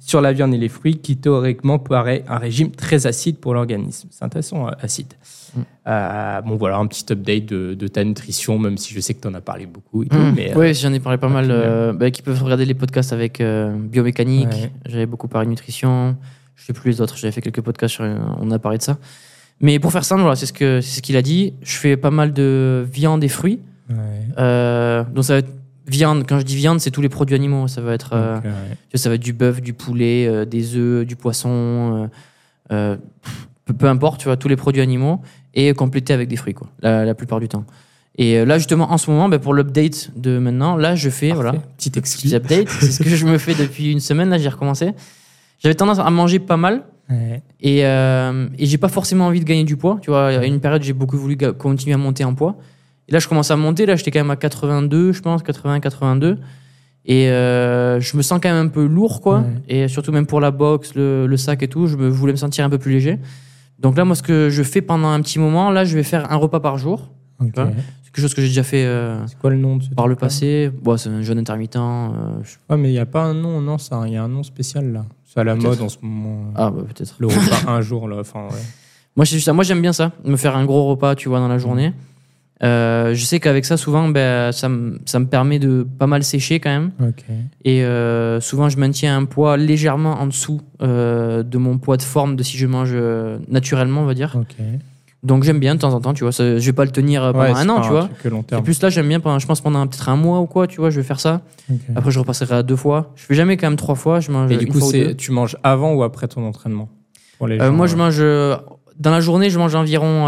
sur la viande et les fruits, qui théoriquement paraît un régime très acide pour l'organisme. C'est intéressant, acide. Mm. Euh, bon, voilà, un petit update de, de ta nutrition, même si je sais que tu en as parlé beaucoup. Et tout, mm. mais, oui, euh, j'en ai parlé pas mal. Euh, bah, qui peuvent regarder les podcasts avec euh, biomécanique. Ouais. J'avais beaucoup parlé de nutrition. Je ne sais plus les autres. J'avais fait quelques podcasts, sur, on a parlé de ça. Mais pour faire ça, voilà, c'est ce, que, c'est ce qu'il a dit. Je fais pas mal de viande et fruits. Ouais. Euh, donc ça va être viande. Quand je dis viande, c'est tous les produits animaux. Ça va être, euh, okay, ouais. tu vois, ça va être du bœuf, du poulet, euh, des œufs, du poisson, euh, euh, peu, peu importe, tu vois, tous les produits animaux et complété avec des fruits, quoi, la, la plupart du temps. Et là, justement, en ce moment, ben, pour l'update de maintenant, là, je fais, Parfait. voilà, petit exclu. Petit update. C'est ce que je me fais depuis une semaine. Là, j'ai recommencé. J'avais tendance à manger pas mal. Ouais. Et, euh, et j'ai pas forcément envie de gagner du poids. Tu vois, à une période, j'ai beaucoup voulu ga- continuer à monter en poids. Et là, je commence à monter. Là, j'étais quand même à quatre-vingt-deux, je pense, quatre-vingts, quatre-vingt-deux. Et euh, je me sens quand même un peu lourd, quoi. Ouais. Et surtout, même pour la boxe, le, le sac et tout, je me, voulais me sentir un peu plus léger. Donc là, moi, ce que je fais pendant un petit moment, là, je vais faire un repas par jour. Okay. Tu vois, c'est quelque chose que j'ai déjà fait euh, c'est quoi le nom de ce par le passé. Bon, c'est un jeûne intermittent. Euh, je... Ouais, mais il n'y a pas un nom, non, ça, il y a un nom spécial, là. C'est à la peut-être. mode en ce moment. Ah, bah, peut-être. Le repas un jour, là. Enfin, ouais. Moi, c'est juste ça. Moi, j'aime bien ça, me faire un gros repas, tu vois, dans la journée. Mmh. Euh, je sais qu'avec ça, souvent, ben, ça, m- ça me permet de pas mal sécher quand même. Okay. Et euh, souvent, je maintiens un poids légèrement en dessous euh, de mon poids de forme de si je mange euh, naturellement, on va dire. Okay. Donc, j'aime bien de temps en temps, tu vois. Ça, je vais pas le tenir pendant ouais, un an, tu vois. Et plus là, j'aime bien, pendant, je pense, pendant peut-être un mois ou quoi, tu vois, je vais faire ça. Okay. Après, je repasserai à deux fois. Je fais jamais quand même trois fois. Je mange Et du une coup, fois c'est, ou deux. Tu manges avant ou après ton entraînement pour les euh, gens, Moi, ouais. je mange. Euh, Dans la journée, je mange environ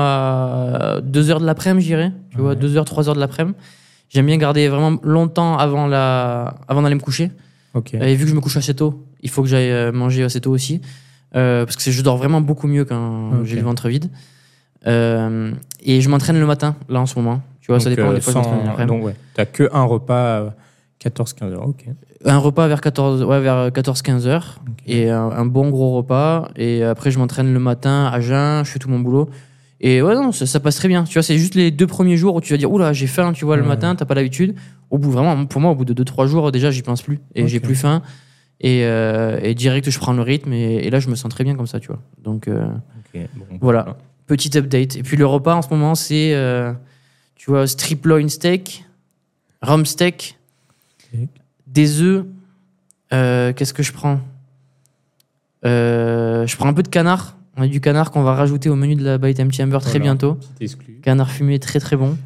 à deux heures de l'après-midi, je dirais. Tu ouais. vois, deux heures, trois heures de l'après-midi. J'aime bien garder vraiment longtemps avant, la... avant d'aller me coucher. Okay. Et vu que je me couche assez tôt, il faut que j'aille manger assez tôt aussi. Euh, parce que je dors vraiment beaucoup mieux quand okay. j'ai le ventre vide. Euh, et je m'entraîne le matin, là, en ce moment. Tu vois, donc, ça dépend euh, des fois sans... je m'entraîne après. Donc, ouais. Tu n'as qu'un repas quatorze à quinze heures, ok. Un repas vers quatorze, ouais, vers quatorze à quinze heures. Okay. Et un, un bon gros repas. Et après, je m'entraîne le matin à jeun, je fais tout mon boulot. Et ouais, non, ça, ça passe très bien. Tu vois, c'est juste les deux premiers jours où tu vas dire, oula, j'ai faim, tu vois, ouais. le matin, t'as pas l'habitude. Au bout, vraiment, pour moi, au bout de deux trois jours, déjà, j'y pense plus. Et okay. j'ai plus faim. Et, euh, et direct, je prends le rythme. Et, et là, je me sens très bien comme ça, tu vois. Donc, euh, okay. bon, voilà. Bon. Petit update. Et puis, le repas, en ce moment, c'est, euh, tu vois, strip loin steak, rump steak, okay. des œufs. Euh, qu'est-ce que je prends euh, Je prends un peu de canard. On a du canard qu'on va rajouter au menu de la By Time Chamber très voilà, bientôt. Petit exclu. Canard fumé, très très bon.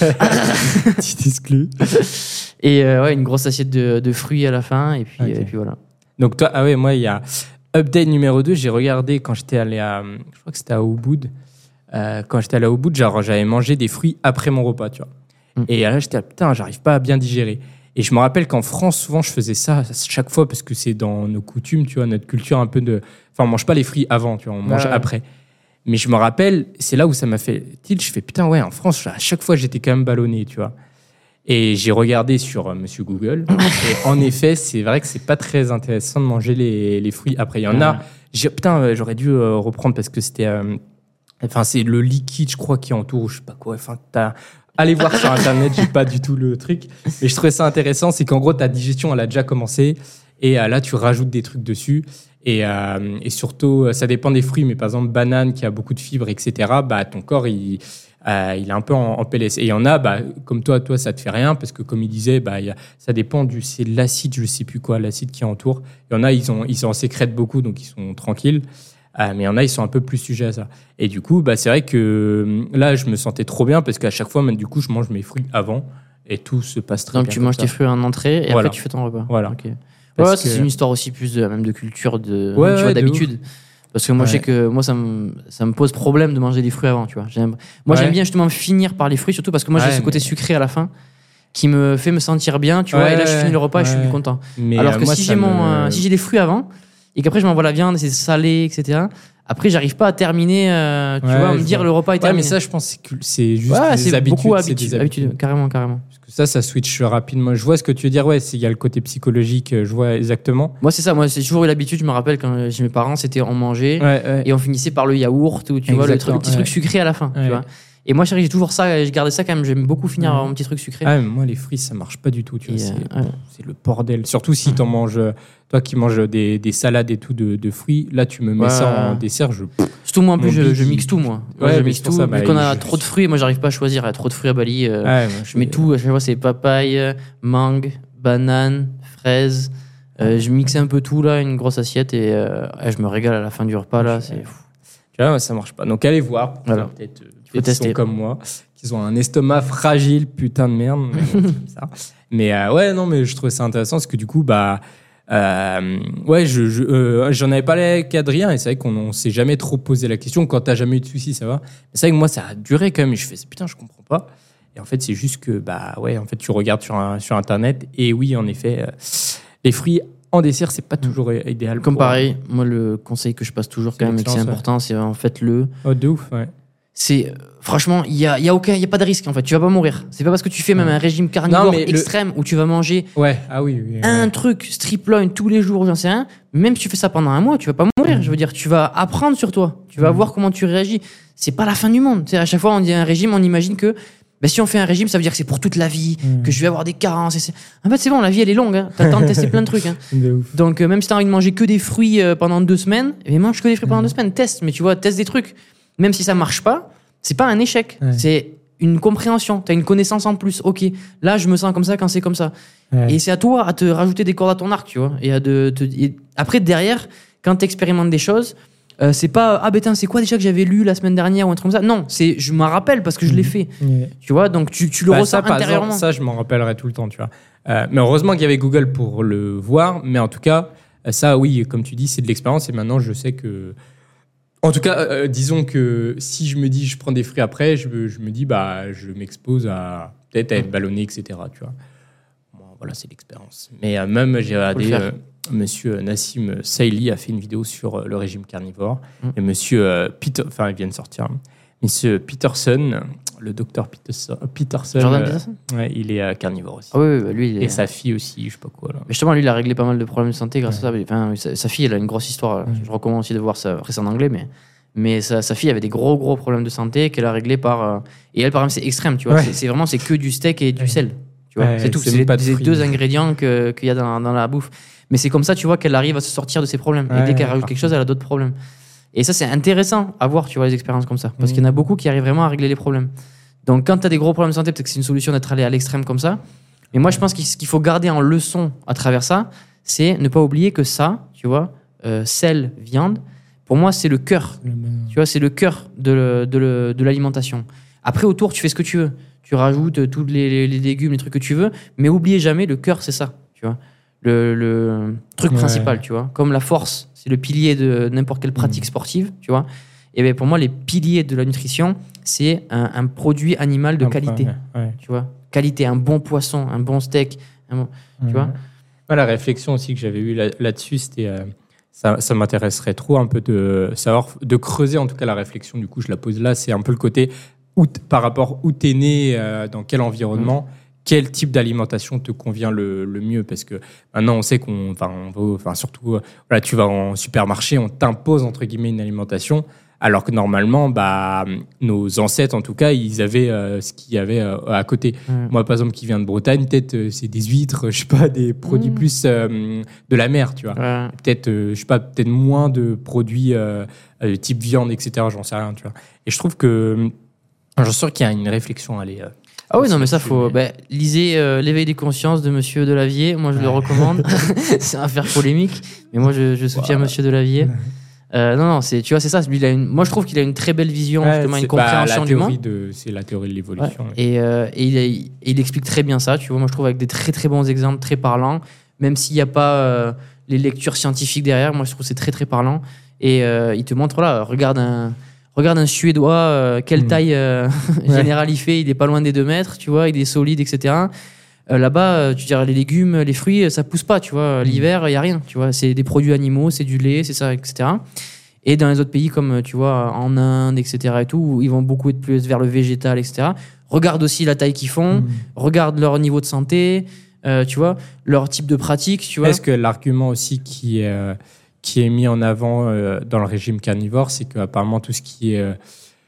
Petit exclu. Et euh, ouais, une grosse assiette de, de fruits à la fin. Et puis, okay. et puis voilà. Donc toi, ah ouais, moi, il y a update numéro deux. J'ai regardé quand j'étais allé à, je crois que c'était à Ubud. Euh, quand j'étais allé à Ubud, genre, j'avais mangé des fruits après mon repas, tu vois. Mm. Et là, j'étais là, putain, j'arrive pas à bien digérer. Et je me rappelle qu'en France, souvent, je faisais ça chaque fois parce que c'est dans nos coutumes, tu vois, notre culture un peu de... Enfin, on mange pas les fruits avant, tu vois, on mange ouais. après. Mais je me rappelle, c'est là où ça m'a fait tilt. Je fais, putain, ouais, en France, à chaque fois, j'étais quand même ballonné, tu vois. Et j'ai regardé sur euh, Monsieur Google. Et en effet, c'est vrai que c'est pas très intéressant de manger les, les fruits après. Il y en ouais. a... J'ai, putain, j'aurais dû euh, reprendre parce que c'était... Euh, enfin, c'est le liquide, je crois, qui entoure, je sais pas quoi. Enfin, t'as... Allez voir sur Internet, j'ai pas du tout le truc. Mais je trouvais ça intéressant, c'est qu'en gros, ta digestion, elle a déjà commencé. Et euh, là, tu rajoutes des trucs dessus. Et, euh, et surtout, ça dépend des fruits. Mais par exemple, banane qui a beaucoup de fibres, et cetera, bah, ton corps, il, euh, il est un peu en, en P L S. Et il y en a, bah, comme toi, toi, ça te fait rien. Parce que comme il disait, bah, y a, ça dépend du... C'est l'acide, je sais plus quoi, l'acide qui entoure. Il y en a, ils, ont, ils en sécrètent beaucoup, donc ils sont tranquilles. Euh, mais il y en a, ils sont un peu plus sujets à ça. Et du coup, bah, c'est vrai que là, je me sentais trop bien parce qu'à chaque fois, même, du coup, je mange mes fruits avant et tout se passe très Donc, bien. Donc, tu manges ça. tes fruits en entrée et voilà. après, tu fais ton repas. Voilà. Okay. Ouais, c'est que... une histoire aussi plus de, même de culture, de, ouais, tu vois, ouais, d'habitude. Parce que moi, ouais. je sais que moi, ça me, ça me pose problème de manger des fruits avant, tu vois. J'aime, moi, ouais. j'aime bien justement finir par les fruits, surtout parce que moi, ouais, j'ai ce côté mais... sucré à la fin qui me fait me sentir bien, tu ouais, vois. Et là, je finis le repas ouais. et je suis content. Mais Alors que euh, moi, si, j'ai mon, me... euh, si j'ai les fruits avant et qu'après, je m'envoie la viande, c'est salé, et cetera. Après, j'arrive pas à terminer, euh, tu ouais, vois, me dire vois. Le repas est terminé. Ouais, mais ça, je pense que c'est juste ouais, des c'est habitudes. Beaucoup habitude, c'est des habitudes. habitudes, carrément, carrément. Parce que ça, ça switch rapidement. Je vois ce que tu veux dire. Ouais, il y a le côté psychologique. Je vois exactement. Moi, c'est ça. Moi, j'ai toujours eu l'habitude. Je me rappelle quand j'ai mes parents, c'était on mangeait ouais, ouais. et on finissait par le yaourt ou tu Exactement, vois le, truc, le petit ouais. truc sucré à la fin. Ouais. Tu vois. Et moi, chérie, j'ai toujours ça, j'ai gardé ça quand même. J'aime beaucoup finir mmh. mon petit truc sucré. Ah, mais moi, les fruits, ça marche pas du tout. Tu vois, et, c'est, euh, ouais. c'est le bordel. Surtout si t'en manges, toi qui manges des, des salades et tout de, de fruits, là, tu me mets ouais. ça en dessert. Je... Surtout moi, en plus, je, je mixe tout, moi. Ouais, je mixe tout. Ça, vu bah, qu'on a je... trop de fruits, moi, j'arrive pas à choisir. Il y a trop de fruits à Bali. Euh, ouais, moi, je, je mets tout. À chaque fois, c'est papaye, mangue, banane, fraise. Euh, je mixe un peu tout, là, une grosse assiette. Et euh, je me régale à la fin du repas, là. C'est fou. Tu vois, ça marche pas. Donc, allez voir. Voilà. Peut-être, peut-être qu'ils sont comme moi, qu'ils ont un estomac fragile, putain de merde. Mais, bon, ça. mais euh, ouais, non, mais je trouvais ça intéressant parce que du coup, bah, euh, ouais, je, je, euh, j'en avais parlé avec Adrien et c'est vrai qu'on on s'est jamais trop posé la question. Quand t'as jamais eu de soucis, ça va. Mais c'est vrai que moi, ça a duré quand même. Et je fais, putain, je comprends pas. Et en fait, c'est juste que, bah, ouais, en fait, tu regardes sur, un, sur Internet et oui, en effet, euh, les fruits. En dessert, c'est pas toujours idéal. Comme pour... pareil, moi, le conseil que je passe toujours quand même et que c'est important, ouais. c'est en fait le. Oh, de ouf, ouais. C'est franchement, il y a, y a aucun, il y a pas de risque en fait. Tu vas pas mourir. C'est pas parce que tu fais même un régime carnivore non, extrême le... où tu vas manger. Ouais, ah oui, oui. Un ouais. truc strip loin tous les jours, j'en sais rien. Même si tu fais ça pendant un mois, tu vas pas mourir. Mmh. Je veux dire, tu vas apprendre sur toi. Tu vas mmh. voir comment tu réagis. C'est pas la fin du monde. C'est à chaque fois on dit un régime, on imagine que. Ben, si on fait un régime, ça veut dire que c'est pour toute la vie, mmh. que je vais avoir des carences. Et c'est... En fait, c'est bon, la vie, elle est longue. Hein. T'as le temps de tester plein de trucs. Hein. De Donc, euh, même si t'as envie de manger que des fruits euh, pendant deux semaines, eh bien, mange que des fruits mmh. pendant deux semaines. Teste, mais tu vois, teste des trucs. Même si ça marche pas, c'est pas un échec. Ouais. C'est une compréhension. T'as une connaissance en plus. Ok, là, je me sens comme ça quand c'est comme ça. Ouais. Et c'est à toi à te rajouter des cordes à ton arc, tu vois. Et à de, te... et après, derrière, quand t'expérimentes des choses, Euh, c'est pas ah ben c'est quoi déjà que j'avais lu la semaine dernière ou un truc comme ça. Non, c'est je m'en rappelle parce que je l'ai fait. Ouais. Tu vois, donc tu, tu le bah, ressens ça, intérieurement. Exemple, ça, je m'en rappellerai tout le temps, tu vois. Euh, mais heureusement qu'il y avait Google pour le voir. Mais en tout cas, ça, oui, comme tu dis, c'est de l'expérience. Et maintenant, je sais que, en tout cas, euh, disons que si je me dis, je prends des fruits après, je, je me dis, bah, je m'expose à peut-être à être ballonné, et cetera. Tu vois. Bon, voilà, c'est l'expérience. Mais euh, même j'ai regardé. Monsieur Nassim Saïli a fait une vidéo sur le régime carnivore. Mmh. Et monsieur euh, Peter, enfin, il vient de sortir. Monsieur Peterson, le docteur Peterson, Peterson, Jordan euh, Peterson ouais, il est euh, carnivore aussi. Ah oui, bah lui, il est... Et sa fille aussi, je sais pas quoi. Là. Mais justement, lui, il a réglé pas mal de problèmes de santé grâce ouais. à ça. Enfin, sa, sa fille, elle a une grosse histoire. Mmh. Je recommande aussi de voir ça. Après, c'est en anglais, mais. Mais sa, sa fille avait des gros, gros problèmes de santé qu'elle a réglé par. Euh... Et elle, par exemple, c'est extrême, tu vois. Ouais. C'est, c'est vraiment, c'est que du steak et du ouais. sel. Tu vois, ouais, c'est tout. C'est, c'est les, les deux ingrédients que, qu'il y a dans, dans la bouffe. Mais c'est comme ça, tu vois, qu'elle arrive à se sortir de ses problèmes. Ouais, et dès qu'elle rajoute quelque chose, elle a d'autres problèmes. Et ça, c'est intéressant à voir, tu vois, les expériences comme ça. Parce mmh. qu'il y en a beaucoup qui arrivent vraiment à régler les problèmes. Donc, quand tu as des gros problèmes de santé, peut-être que c'est une solution d'être allé à l'extrême comme ça. Mais moi, je pense que ce qu'il faut garder en leçon à travers ça, c'est ne pas oublier que ça, tu vois, euh, sel, viande, pour moi, c'est le cœur. Tu vois, c'est le cœur de, le, de, le, de l'alimentation. Après, autour, tu fais ce que tu veux. Tu rajoutes tous les, les, les légumes, les trucs que tu veux. Mais oubliez jamais, le cœur, c'est ça, tu vois. Le, le truc ouais. principal, tu vois. Comme la force, c'est le pilier de n'importe quelle pratique mmh. sportive, tu vois. Et bien pour moi, les piliers de la nutrition, c'est un, un produit animal de un qualité, ouais. Ouais. tu vois. Qualité, un bon poisson, un bon steak, un bon, mmh. tu vois. Ouais, la réflexion aussi que j'avais eue là, là-dessus, c'était, euh, ça, ça m'intéresserait trop un peu de savoir, de creuser en tout cas la réflexion. Du coup, je la pose là. C'est un peu le côté où par rapport où t'es né, euh, dans quel environnement. Mmh. Quel type d'alimentation te convient le, le mieux? Parce que maintenant, on sait qu'on enfin, on va, enfin, surtout, euh, voilà, tu vas en supermarché, on t'impose, entre guillemets, une alimentation, alors que normalement, bah, nos ancêtres, en tout cas, ils avaient euh, ce qu'il y avait euh, à côté. Mmh. Moi, par exemple, qui viens de Bretagne, peut-être, euh, c'est des huîtres, je sais pas, des produits mmh. plus euh, de la mer, tu vois. Ouais. Peut-être, euh, je sais pas, peut-être moins de produits euh, euh, type viande, et cetera, j'en sais rien, tu vois. Et je trouve que, j'en suis sûr qu'il y a une réflexion à aller... Euh, Ah oui, non, mais ça, faut. Bah, lisez euh, L'éveil des consciences de Monsieur Delavier. Moi, je ouais. le recommande. C'est un affaire polémique, mais moi, je, je soutiens wow. Monsieur Delavier. Ouais. Euh, non, non, c'est, tu vois, c'est ça. Lui, il a une, moi, je trouve qu'il a une très belle vision, ouais, justement, une compréhension bah, du monde. De, c'est la théorie de l'évolution. Ouais. Et, euh, et, il a, et il explique très bien ça, tu vois. Moi, je trouve avec des très, très bons exemples, très parlants. Même s'il n'y a pas euh, les lectures scientifiques derrière, moi, je trouve que c'est très, très parlant. Et euh, il te montre, là, regarde un. Regarde un Suédois, euh, quelle mmh. taille euh, générale ouais. il fait, il est pas loin des deux mètres, tu vois, il est solide, et cetera. Euh, là-bas, euh, tu dirais les légumes, les fruits, ça pousse pas, tu vois. Mmh. L'hiver, il y a rien, tu vois. C'est des produits animaux, c'est du lait, c'est ça, et cetera. Et dans les autres pays, comme tu vois, en Inde, et cetera et tout, où ils vont beaucoup être plus vers le végétal, et cetera. Regarde aussi la taille qu'ils font, mmh. regarde leur niveau de santé, euh, tu vois, leur type de pratique, tu vois. Est-ce que l'argument aussi qui est euh... qui est mis en avant euh, dans le régime carnivore, c'est qu'apparemment tout ce qui est euh,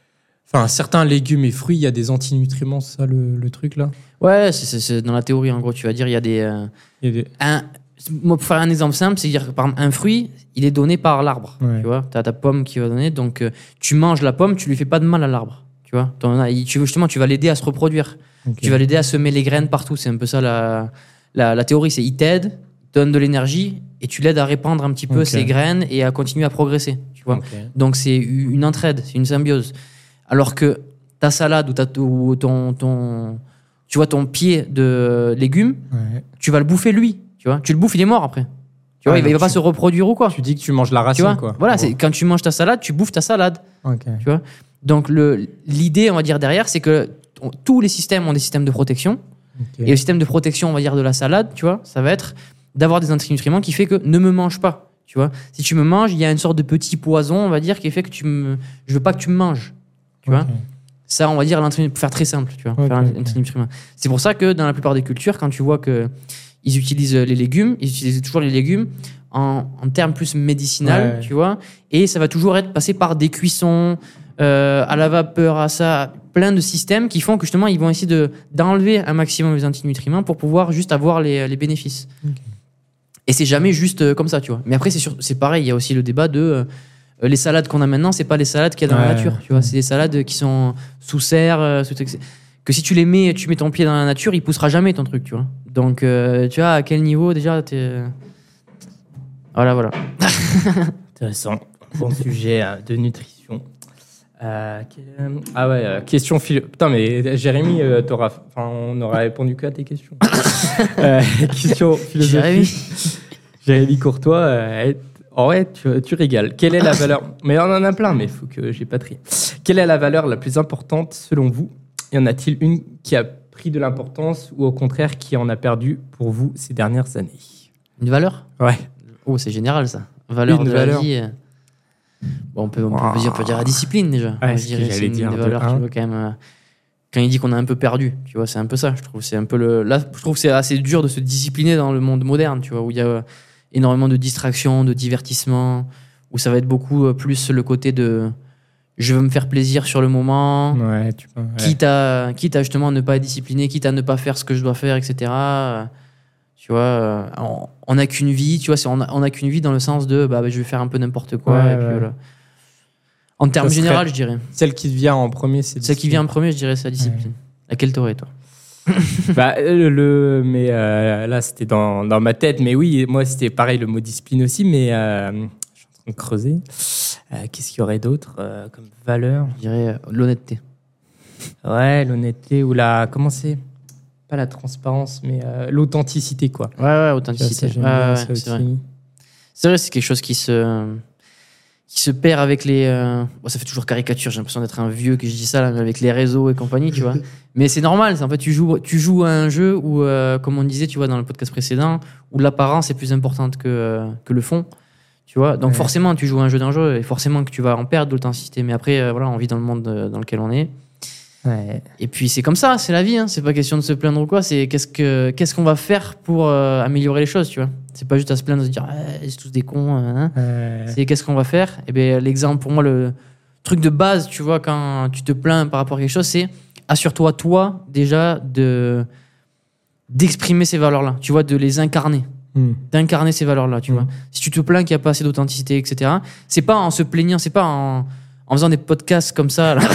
Enfin, certains légumes et fruits, il y a des antinutriments, c'est ça le, le truc là? Ouais, c'est, c'est, c'est dans la théorie, en gros, tu vas dire, il y a des. Euh, il y a des... Un, moi, pour faire un exemple simple, c'est dire que par exemple, un fruit, il est donné par l'arbre. Ouais. Tu vois, tu as ta pomme qui va donner, donc euh, tu manges la pomme, tu lui fais pas de mal à l'arbre. Tu vois, T'en as- il- tu, justement, tu vas l'aider à se reproduire. Okay. Tu vas l'aider à semer les graines partout. C'est un peu ça la, la, la théorie. C'est il t'aide, il donne de l'énergie et tu l'aides à répandre un petit peu Okay. ses graines et à continuer à progresser. Tu vois. Okay. Donc c'est une entraide, c'est une symbiose. Alors que ta salade ou, ta, ou ton, ton, tu vois, ton pied de légumes, Ouais. tu vas le bouffer lui. Tu vois, tu le bouffes, il est mort après. Tu vois, Ah, il va, il va tu, pas se reproduire ou quoi. Tu dis que tu manges la Tu racine, vois, quoi. voilà, Ouais. c'est, quand tu manges ta salade, tu bouffes ta salade. Okay. Tu vois. Donc le, l'idée, on va dire derrière, c'est que on, tous les systèmes ont des systèmes de protection. Okay. Et le système de protection, on va dire de la salade, tu vois, ça va être d'avoir des antinutriments qui fait que ne me mange pas. Tu vois, si tu me manges, il y a une sorte de petit poison, on va dire, qui fait que tu me, je veux pas que tu me manges. Tu okay. vois. Ça, on va dire l'antinutriment, pour faire très simple, tu vois, Okay, faire un okay. antinutriment. C'est pour ça que dans la plupart des cultures, quand tu vois que ils utilisent les légumes, ils utilisent toujours les légumes en, en termes plus médicinal, ouais. tu vois, et ça va toujours être passé par des cuissons, euh, à la vapeur, à ça, plein de systèmes qui font que justement ils vont essayer de, d'enlever un maximum les antinutriments pour pouvoir juste avoir les, les bénéfices. Okay. Et c'est jamais juste euh, comme ça, tu vois. Mais après, c'est, sur, c'est pareil, il y a aussi le débat de euh, les salades qu'on a maintenant, c'est pas les salades qu'il y a dans ouais. la nature, tu vois. C'est des salades qui sont sous serre, euh, sous, que si tu les mets, tu mets ton pied dans la nature, il poussera jamais ton truc, tu vois. Donc, euh, tu vois, à quel niveau déjà t'es... Voilà, voilà. Intéressant. Bon sujet euh, de nutrition. Euh, quel- Ah ouais, euh, question philo... Putain, mais Jérémy, euh, t'auras... Enfin, on aura répondu que à tes questions. euh, question philosophique. Jérémy. Jérémy Courtois, euh, en vrai, tu, tu régales. Quelle est la valeur... Mais on en a plein, mais il faut que j'ai pas trié. Quelle est la valeur la plus importante selon vous? Y en a-t-il une qui a pris de l'importance ou au contraire qui en a perdu pour vous ces dernières années? Une valeur? Ouais. Oh, c'est général ça. Valeur Une de valeur. la vie. euh. Bon, on peut, on peut Wow. dire, on peut dire la discipline déjà. Ouais, Moi, ce je que dirais j'allais c'est une dire des de valeurs, un. tu vois, quand même. euh, Quand il dit qu'on a un peu perdu, tu vois, c'est un peu ça. Je trouve, c'est un peu le. Là, je trouve que c'est assez dur de se discipliner dans le monde moderne, tu vois, où il y a euh, énormément de distractions, de divertissements, où ça va être beaucoup euh, plus le côté de je veux me faire plaisir sur le moment, Ouais, tu peux... ouais. quitte à quitte à justement ne pas être discipliné, quitte à ne pas faire ce que je dois faire, et cetera. Tu vois, euh, on on n'a qu'une vie, tu vois, c'est, on a, on a qu'une vie dans le sens de bah, bah, je vais faire un peu n'importe quoi. Ouais, et puis, ouais. voilà. En termes Ça serait- généraux, je dirais. Celle qui te vient en premier, c'est... Celle qui vient en premier, je dirais, c'est la discipline. Laquelle t'aurais, toi? Bah, euh, le, mais euh, là, c'était dans, dans ma tête. Mais oui, moi, c'était pareil, le mot discipline aussi. Mais euh, je suis en train de creuser. Euh, qu'est-ce qu'il y aurait d'autre euh, comme valeur? Je dirais euh, l'honnêteté. Ouais, l'honnêteté ou la... Comment c'est? Pas la transparence, mais euh, l'authenticité, quoi. Ouais, ouais, Ça, authenticité. j'aime Ouais, bien ouais, ça c'est aussi. vrai. C'est vrai, c'est quelque chose qui se, qui se perd avec les. euh, Bon, ça fait toujours caricature, j'ai l'impression d'être un vieux que je dis ça, là, mais avec les réseaux et compagnie, tu vois. Mais c'est normal, c'est, en fait, tu joues, tu joues à un jeu où, euh, comme on disait, tu vois, dans le podcast précédent, où l'apparence est plus importante que, euh, que le fond, tu vois. Donc, Ouais. forcément, tu joues à un jeu d'un jeu et forcément que tu vas en perdre de l'authenticité. Mais après, euh, voilà, on vit dans le monde euh, dans lequel on est. Ouais. Et puis, c'est comme ça, c'est la vie, hein. C'est pas question de se plaindre ou quoi, c'est qu'est-ce, que, qu'est-ce qu'on va faire pour euh, améliorer les choses, tu vois. C'est pas juste à se plaindre, de se dire, ah, c'est tous des cons, hein. Euh, C'est qu'est-ce qu'on va faire? Et bien, l'exemple, pour moi, le truc de base, tu vois, quand tu te plains par rapport à quelque chose, c'est assure-toi, toi, déjà, de, d'exprimer ces valeurs-là, tu vois, de les incarner, hmm. d'incarner ces valeurs-là, tu Mm. vois. Si tu te plains qu'il n'y a pas assez d'authenticité, et cetera, c'est pas en se plaignant, c'est pas en, en faisant des podcasts comme ça, là,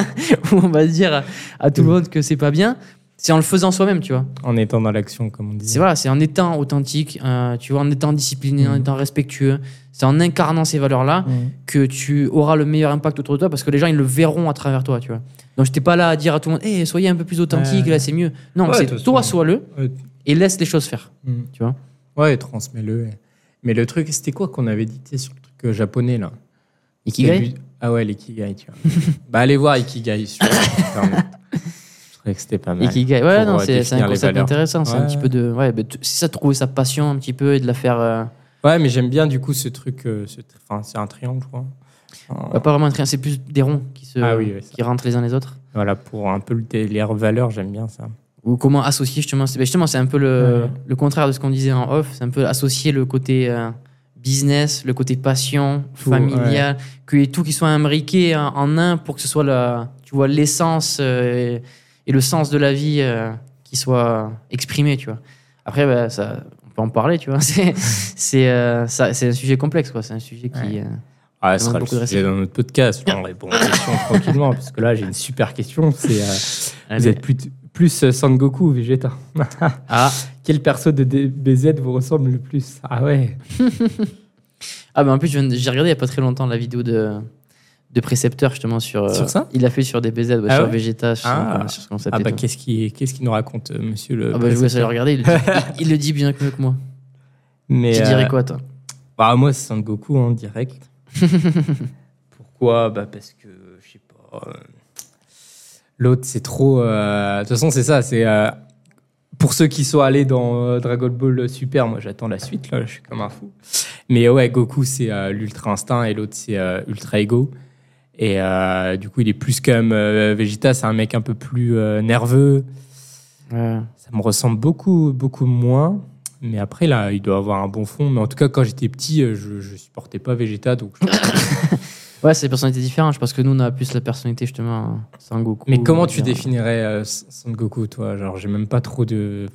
où on va dire à, à tout le monde que c'est pas bien, c'est en le faisant soi-même, tu vois. En étant dans l'action, comme on dit. C'est voilà, c'est en étant authentique, euh, tu vois, en étant discipliné, en Mm. étant respectueux, c'est en incarnant ces valeurs-là Hmm. que tu auras le meilleur impact autour de toi parce que les gens ils le verront à travers toi, tu vois. Donc j'étais pas là à dire à tout le monde, hey, soyez un peu plus authentique, Ouais. là c'est mieux. Non, Ouais, c'est de toute toi, façon. sois-le Ouais. et laisse les choses faire, Hmm. tu vois. Ouais, transmets-le. Mais le truc, c'était quoi qu'on avait dit, tu sais, sur le truc euh, japonais, là? Ikigai. C'était- Ah ouais, l'ikigai, tu vois. Bah, allez voir Ikigai sur Internet. Je trouvais que c'était pas mal. Ikigai, ouais, Pour, non, euh, c'est, c'est un définir les concept valeurs. intéressant, c'est un Ouais. petit peu de, ouais, bah, t- c'est ça, de trouver sa passion un petit peu et de la faire. euh, Ouais, mais j'aime bien, du coup, ce truc. euh, ce... Enfin, c'est un triangle, je crois. Enfin, bah, pas vraiment un triangle, c'est plus des ronds qui se, Ah oui, ouais, ça. qui rentrent les uns les autres. Voilà, pour un peu le délire valeur, j'aime bien ça. Ou comment associer justement, c'est, bah, justement, c'est un peu le, Ouais. le contraire de ce qu'on disait en off, c'est un peu associer le côté euh, business, le côté passion, Tout, familial, que tout qui soit imbriqué en, en un pour que ce soit la, tu tu vois, l'essence euh, et, et le sens de la vie euh, qui soit exprimé, tu vois. Après, bah, ça, on peut en parler, tu vois. C'est, c'est, euh, ça, c'est un sujet complexe, quoi. C'est un sujet qui... Ouais. Euh, Ah, ce sera le sujet dans notre podcast. On répond aux questions tranquillement, parce que là, j'ai une super question. C'est, euh, vous êtes plus, plus euh, Sangoku ou Vegeta? Ah. Quel perso de D B Z vous ressemble le plus? Ah ouais. Ah, mais en plus, j'ai regardé il n'y a pas très longtemps la vidéo de, de Précepteur, justement, sur... Sur ça? Il l'a fait sur D B Z, ouais, ah sur ouais Vegeta, sur, ah. sur ce qu'on s'appelle. Ah bah, qu'est-ce qu'il qu'est-ce qu'il nous raconte, euh, monsieur le Ah bah, je vous laisse aller regarder. Il le, dit, il, il le dit bien mieux que moi. Mais, tu euh, dirais quoi, toi? Bah, moi, c'est Sangoku en direct. Pourquoi? Bah, parce que, je sais pas... Euh... L'autre, c'est trop... Euh... De toute façon, c'est ça, c'est... Euh... Pour ceux qui sont allés dans euh, Dragon Ball Super, moi j'attends la suite, là, je suis comme un fou. Mais ouais, Goku c'est euh, l'Ultra Instinct et l'autre c'est euh, Ultra Ego. Et euh, du coup, il est plus comme euh, Vegeta, c'est un mec un peu plus euh, nerveux. Ouais. Ça me ressemble beaucoup, beaucoup moins. Mais après, là, il doit avoir un bon fond. Mais en tout cas, quand j'étais petit, je, je supportais pas Vegeta. Donc je... Ouais, c'est des personnalités différentes. Je pense que nous, on a plus la personnalité, justement, Sangoku. Mais comment tu définirais euh, Sangoku, toi? Genre, j'ai même pas trop de...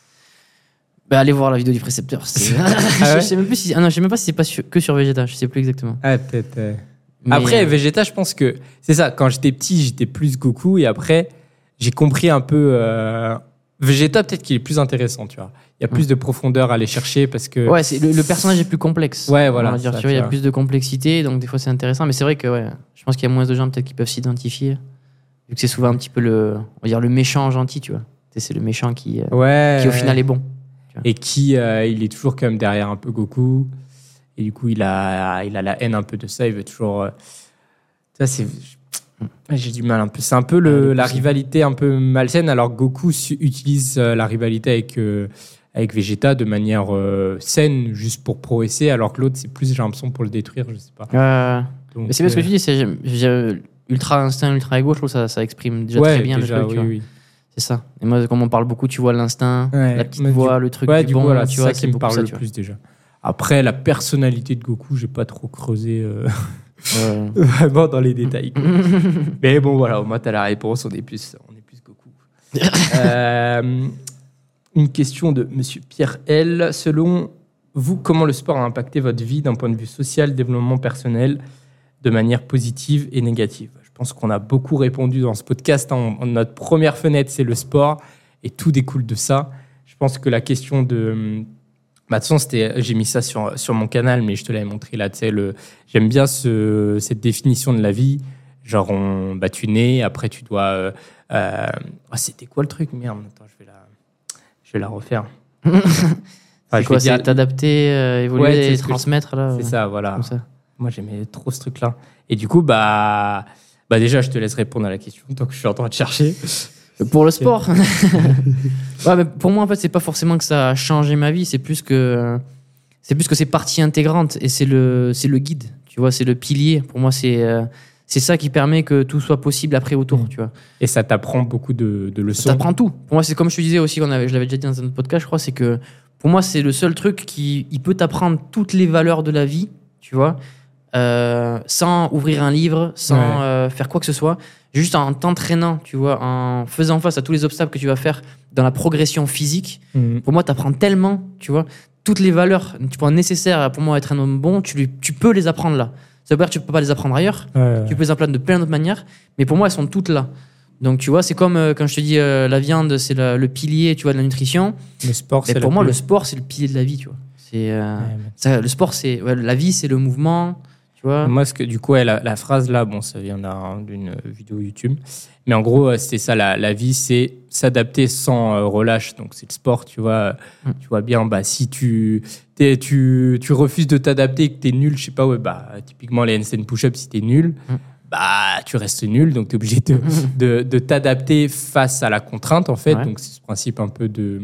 Bah, allez voir la vidéo du Précepteur. C'est... ah ouais je sais même plus si... ah non, je sais même pas si c'est pas sur... que sur Vegeta. Je sais plus exactement. Ah, peut-être... Euh... Mais après, euh... Vegeta, je pense que... C'est ça, quand j'étais petit, j'étais plus Goku. Et après, j'ai compris un peu... Euh... Vegeta, peut-être qu'il est plus intéressant, tu vois. Il y a plus de profondeur à aller chercher parce que... Ouais, c'est, le, le personnage est plus complexe. Ouais, voilà. On va dire, ça, tu vois, il y a plus de complexité, donc des fois c'est intéressant. Mais c'est vrai que ouais, je pense qu'il y a moins de gens peut-être qui peuvent s'identifier. Vu que c'est souvent un petit peu le, on va dire, le méchant gentil, tu vois. C'est le méchant qui, euh, ouais, qui au final est bon. Et qui, euh, il est toujours quand même derrière un peu Goku. Et du coup, il a, il a la haine un peu de ça. Il veut toujours... Euh... Ça, c'est... J'ai du mal un peu. C'est un peu le, la rivalité un peu malsaine. Alors Goku su- utilise euh, la rivalité avec, euh, avec Vegeta de manière euh, saine, juste pour progresser, alors que l'autre, c'est plus, j'ai l'impression, pour le détruire, je sais pas. Euh, Donc, mais c'est bien euh... ce que tu dis, c'est j'ai, j'ai, Ultra Instinct, Ultra Ego, je trouve que ça, ça exprime déjà ouais, très bien déjà, le truc. Oui, tu oui. vois. C'est ça. Et moi, comme on parle beaucoup, tu vois, l'instinct, ouais, la petite voix, du... le truc ouais, du bon, coup, voilà, tu c'est vois, ça qui me parle ça, le plus déjà. Après, la personnalité de Goku, j'ai pas trop creusé... Euh... Ouais. Vraiment dans les détails. Quoi. Mais bon, voilà, au moins, tu as la réponse. On est plus, on est plus Goku. euh, une question de monsieur Pierre L. Selon vous, comment le sport a impacté votre vie d'un point de vue social, développement personnel, de manière positive et négative? Je pense qu'on a beaucoup répondu dans ce podcast. Hein. Notre première fenêtre, c'est le sport. Et tout découle de ça. Je pense que la question de... Bah, de toute façon, c'était, j'ai mis ça sur, sur mon canal, mais je te l'avais montré là. Tu sais, le, j'aime bien ce, cette définition de la vie. Genre, on, bah, tu nais, après tu dois. Euh, euh, oh, c'était quoi le truc? Merde, attends, je vais la, je vais la refaire. Enfin, c'est quoi, dire... c'est t'adapter, euh, évoluer ouais, et transmettre là. C'est ça, voilà. Ça. Moi, j'aimais trop ce truc-là. Et du coup, bah, bah, déjà, je te laisse répondre à la question tant que je suis en train de chercher. Pour le sport. Ouais, mais pour moi, en fait, c'est pas forcément que ça a changé ma vie, c'est plus que c'est plus que c'est partie intégrante et c'est le c'est le guide, tu vois, c'est le pilier. Pour moi, c'est euh, c'est ça qui permet que tout soit possible après autour, mmh. tu vois. Et ça t'apprend beaucoup de, de leçons. Ça t'apprend tout. Pour moi, c'est comme je te disais aussi, on avait, je l'avais déjà dit dans un autre podcast, je crois, c'est que pour moi, c'est le seul truc qui il peut t'apprendre toutes les valeurs de la vie, tu vois, euh, sans ouvrir un livre, sans ouais. euh, faire quoi que ce soit. Juste en t'entraînant, tu vois, en faisant face à tous les obstacles que tu vas faire dans la progression physique, mmh. pour moi, tu apprends tellement, tu vois, toutes les valeurs tu penses nécessaires pour moi être un homme bon, tu, lui, tu peux les apprendre là. Ça veut dire que tu peux pas les apprendre ailleurs, ouais, ouais. tu peux les apprendre de plein d'autres manières, mais pour moi, elles sont toutes là. Donc, tu vois, c'est comme euh, quand je te dis euh, la viande, c'est la, le pilier, tu vois, de la nutrition. Le sport, c'est pour moi, pilier. le sport, c'est le pilier de la vie, tu vois. C'est, euh, ouais, ça, le sport, c'est ouais, la vie, c'est le mouvement. Ouais. Moi, ce que, du coup, ouais, la, la phrase là, bon, ça vient d'un, d'une vidéo YouTube, mais en gros, c'était ça, la, la vie, c'est s'adapter sans euh, relâche. Donc, c'est le sport, tu vois. Mm. Tu vois bien, bah, si tu, tu, tu refuses de t'adapter et que t'es nul, je sais pas, ouais, bah, typiquement les handstand push-up, si t'es nul, mm. bah, tu restes nul, donc t'es obligé de, mm. de, de t'adapter face à la contrainte, en fait. Ouais. Donc, c'est ce principe un peu de,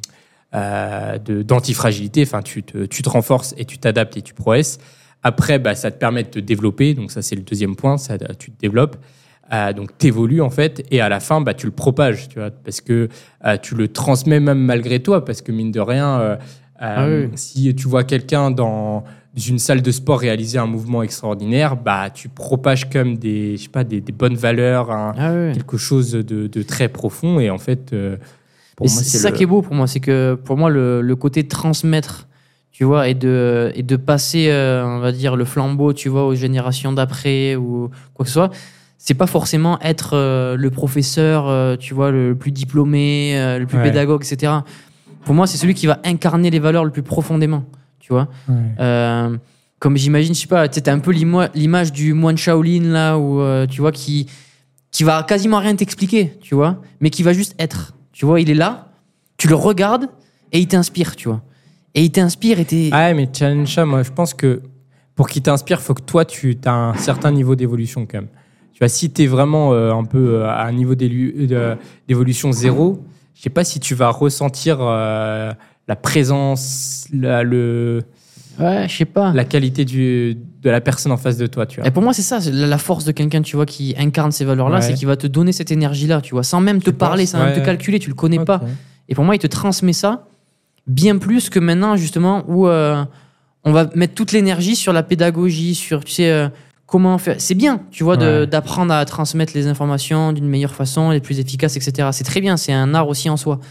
euh, de, d'antifragilité. Enfin, tu te, tu te renforces et tu t'adaptes et tu progresses. Après, bah, ça te permet de te développer. Donc, ça, c'est le deuxième point. Ça, tu te développes. Euh, donc, tu évolues, en fait. Et à la fin, bah, tu le propages, tu vois, parce que euh, tu le transmets même malgré toi. Parce que, mine de rien, euh, ah, euh, oui. si tu vois quelqu'un dans, une salle de sport réaliser un mouvement extraordinaire, bah, tu propages comme des, je sais pas, des, des bonnes valeurs, un, ah ouais. quelque chose de, de très profond. Et en fait, euh, pour et moi, c'est, c'est ça le... qui est beau pour moi. C'est que pour moi, le, le côté transmettre, tu vois, et de, et de passer, euh, on va dire, le flambeau, tu vois, aux générations d'après ou quoi que ce soit, c'est pas forcément être euh, le professeur, euh, tu vois, le plus diplômé, euh, le plus ouais. pédagogue, et cetera. Pour moi, c'est celui qui va incarner les valeurs le plus profondément. Tu vois, ouais. euh, comme j'imagine, je sais pas, tu sais, t'as un peu l'image du moine Shaolin là, où euh, tu vois, qui qui va quasiment rien t'expliquer, tu vois, mais qui va juste être. Tu vois, il est là, tu le regardes et il t'inspire, tu vois, et il t'inspire et t'es. Ah, mais Challenger, moi, je pense que pour qu'il t'inspire, faut que toi, tu as un certain niveau d'évolution quand même. Tu vois, si t'es vraiment euh, un peu à un niveau d'évolution zéro, je sais pas si tu vas ressentir. Euh, la présence, la, le, ouais, je sais pas. la qualité du, de la personne en face de toi, tu vois. Et pour moi, c'est ça, c'est la force de quelqu'un, tu vois, qui incarne ces valeurs-là, ouais. c'est qu'il va te donner cette énergie-là, tu vois, sans même tu te parler, sans ouais. même te calculer, tu le connais okay. pas. Et pour moi, il te transmet ça bien plus que maintenant, justement, où euh, on va mettre toute l'énergie sur la pédagogie, sur, tu sais, euh, comment faire. C'est bien, tu vois, de, ouais. d'apprendre à transmettre les informations d'une meilleure façon, les plus efficaces, et cetera. C'est très bien, c'est un art aussi en soi.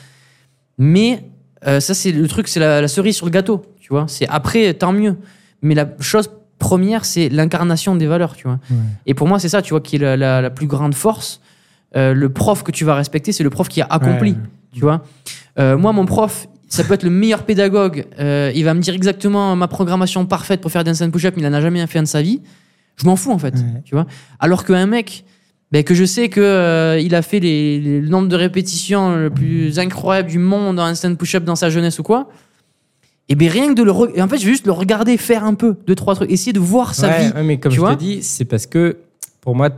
Mais Euh, ça, c'est le truc, c'est la, la cerise sur le gâteau, tu vois. C'est après, tant mieux. Mais la chose première, c'est l'incarnation des valeurs, tu vois. Ouais. Et pour moi, c'est ça, tu vois, qui est la, la, la plus grande force. Euh, le prof que tu vas respecter, c'est le prof qui a accompli, ouais. tu vois. Euh, moi, mon prof, ça peut être le meilleur pédagogue. Euh, il va me dire exactement ma programmation parfaite pour faire des handstand push-up, mais il en a jamais fait un de sa vie. Je m'en fous, en fait, ouais. tu vois. Alors qu'un mec... Ben que je sais qu'il euh, a fait les, les, le nombre de répétitions le plus incroyable du monde en handstand push-up dans sa jeunesse ou quoi, et bien rien que de le... Re- et en fait, je vais juste le regarder faire un peu, deux, trois trucs, essayer de voir sa ouais, vie. Ouais, mais comme tu je vois te dis, c'est parce que pour moi, tu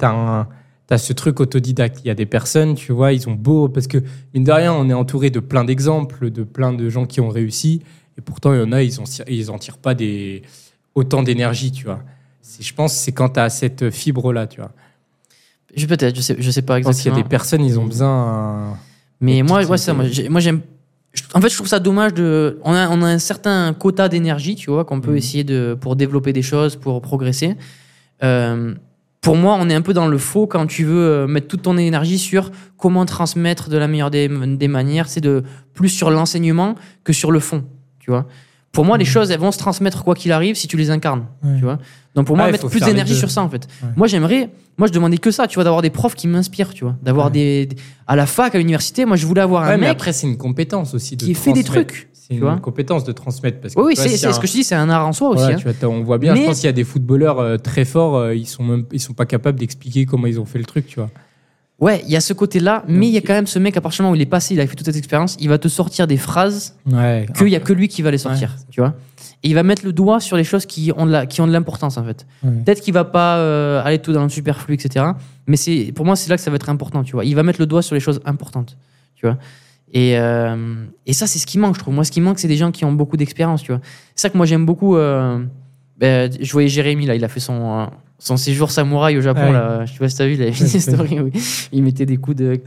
as ce truc autodidacte. Il y a des personnes, tu vois, ils ont beau... Parce que, mine de rien, on est entouré de plein d'exemples, de plein de gens qui ont réussi, et pourtant, il y en a, ils n'en ils en tirent pas des, autant d'énergie, tu vois. C'est, je pense que c'est quand tu as cette fibre-là, tu vois. Je, peut-être, je sais, je sais pas exactement. Je pense qu'il y a des personnes, ils ont besoin. Mais moi, ouais, ça, moi, j'ai, moi, j'aime. En fait, je trouve ça dommage de. On a, on a un certain quota d'énergie, tu vois, qu'on peut mmh. essayer de pour développer des choses, pour progresser. Euh, pour moi, on est un peu dans le faux quand tu veux mettre toute ton énergie sur comment transmettre de la meilleure des, des manières. C'est de plus sur l'enseignement que sur le fond, tu vois. Pour moi, mmh. les choses, elles vont se transmettre quoi qu'il arrive si tu les incarnes, ouais. tu vois. Donc pour moi, ah, mettre plus d'énergie sur ça, en fait. Ouais. Moi, j'aimerais, moi, je demandais que ça, tu vois, d'avoir des profs qui m'inspirent, tu vois, d'avoir ouais. des, des, à la fac, à l'université, moi, je voulais avoir ouais, un mais mec. Après, c'est une compétence aussi de qui fait des trucs. C'est une vois compétence de transmettre. Parce que, oui, tu c'est, vois, c'est un... ce que je dis, c'est un art en soi aussi. Ouais, hein. tu vois, on voit bien. Mais... Je pense qu'il y a des footballeurs euh, très forts, euh, ils sont même, ils sont pas capables d'expliquer comment ils ont fait le truc, tu vois. Ouais, il y a ce côté-là, mais il y a quand même ce mec, à partir du moment où il est passé, il a fait toute cette expérience, il va te sortir des phrases ouais, qu'il n'y a que lui qui va les sortir, ouais. tu vois. Et il va mettre le doigt sur les choses qui ont de, la, qui ont de l'importance, en fait. Ouais. Peut-être qu'il va pas euh, aller tout dans le superflu, et cetera. Mais c'est, pour moi, c'est là que ça va être important, tu vois. Il va mettre le doigt sur les choses importantes, tu vois. Et, euh, et ça, c'est ce qui manque, je trouve. Moi, ce qui manque, c'est des gens qui ont beaucoup d'expérience, tu vois. C'est ça que moi, j'aime beaucoup. Euh, ben, je voyais Jérémy, là, il a fait son... Euh, son séjour samouraï au Japon, ouais. là, je sais pas si t'as vu, il avait fait une story où il mettait des coups de,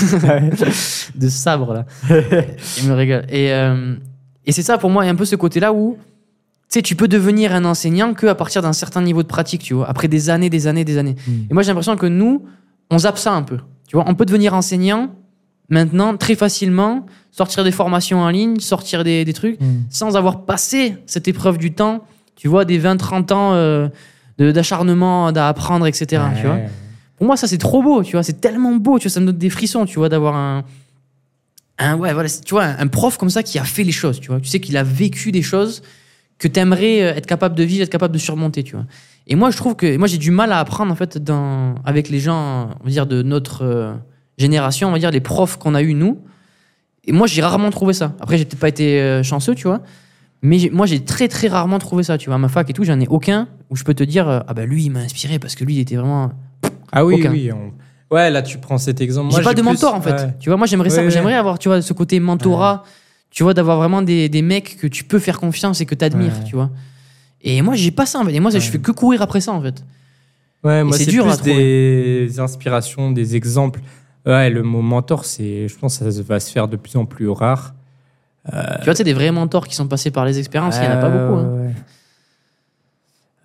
de sabre, là. Il me régale. Et, euh, et c'est ça, pour moi, il y a un peu ce côté-là où, tu sais, tu peux devenir un enseignant qu'à partir d'un certain niveau de pratique, tu vois, après des années, des années, des années. Mm. Et moi, j'ai l'impression que nous, on zappe ça un peu. Tu vois, on peut devenir enseignant maintenant très facilement, sortir des formations en ligne, sortir des, des trucs, mm. sans avoir passé cette épreuve du temps, tu vois, des vingt trente ans, euh, De, d'acharnement, d'apprendre, et cetera. Ouais. Tu vois. Pour moi, ça, c'est trop beau, tu vois. C'est tellement beau, tu vois. Ça me donne des frissons, tu vois, d'avoir un, un, ouais, voilà, tu vois, un prof comme ça qui a fait les choses, tu vois. Tu sais qu'il a vécu des choses que t'aimerais être capable de vivre, être capable de surmonter, tu vois. Et moi, je trouve que, moi, j'ai du mal à apprendre, en fait, dans, avec les gens, on va dire, de notre euh, génération, on va dire, les profs qu'on a eu, nous. Et moi, j'ai rarement trouvé ça. Après, j'ai peut-être pas été euh, chanceux, tu vois. Mais j'ai, moi, j'ai très, très rarement trouvé ça, tu vois. À ma fac et tout, j'en ai aucun où je peux te dire, euh, ah bah lui, il m'a inspiré parce que lui, il était vraiment. Ah oui, aucun. oui. On... Ouais, là, tu prends cet exemple. J'ai moi, pas j'ai de plus... mentor, en fait. Ouais. Tu vois, moi, j'aimerais, ouais, ça, ouais. j'aimerais avoir, tu vois, ce côté mentorat, ouais. tu vois, d'avoir vraiment des, des mecs que tu peux faire confiance et que t'admires, ouais. tu vois. Et moi, j'ai pas ça, en fait. Et moi, ouais. je fais que courir après ça, en fait. Ouais, moi, c'est, c'est dur plus à trouver. des inspirations, des exemples. Ouais, le mot mentor, c'est, je pense que ça va se faire de plus en plus rare. Euh... Tu vois, tu sais, des vrais mentors qui sont passés par les expériences, il euh... n'y en a pas beaucoup. Hein. Ouais.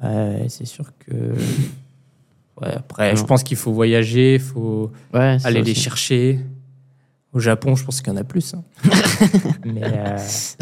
Ouais, c'est sûr que. Ouais, après, Alors. je pense qu'il faut voyager, il faut ouais, aller les chercher. Au Japon, je pense qu'il y en a plus. Hein. Mais. Euh...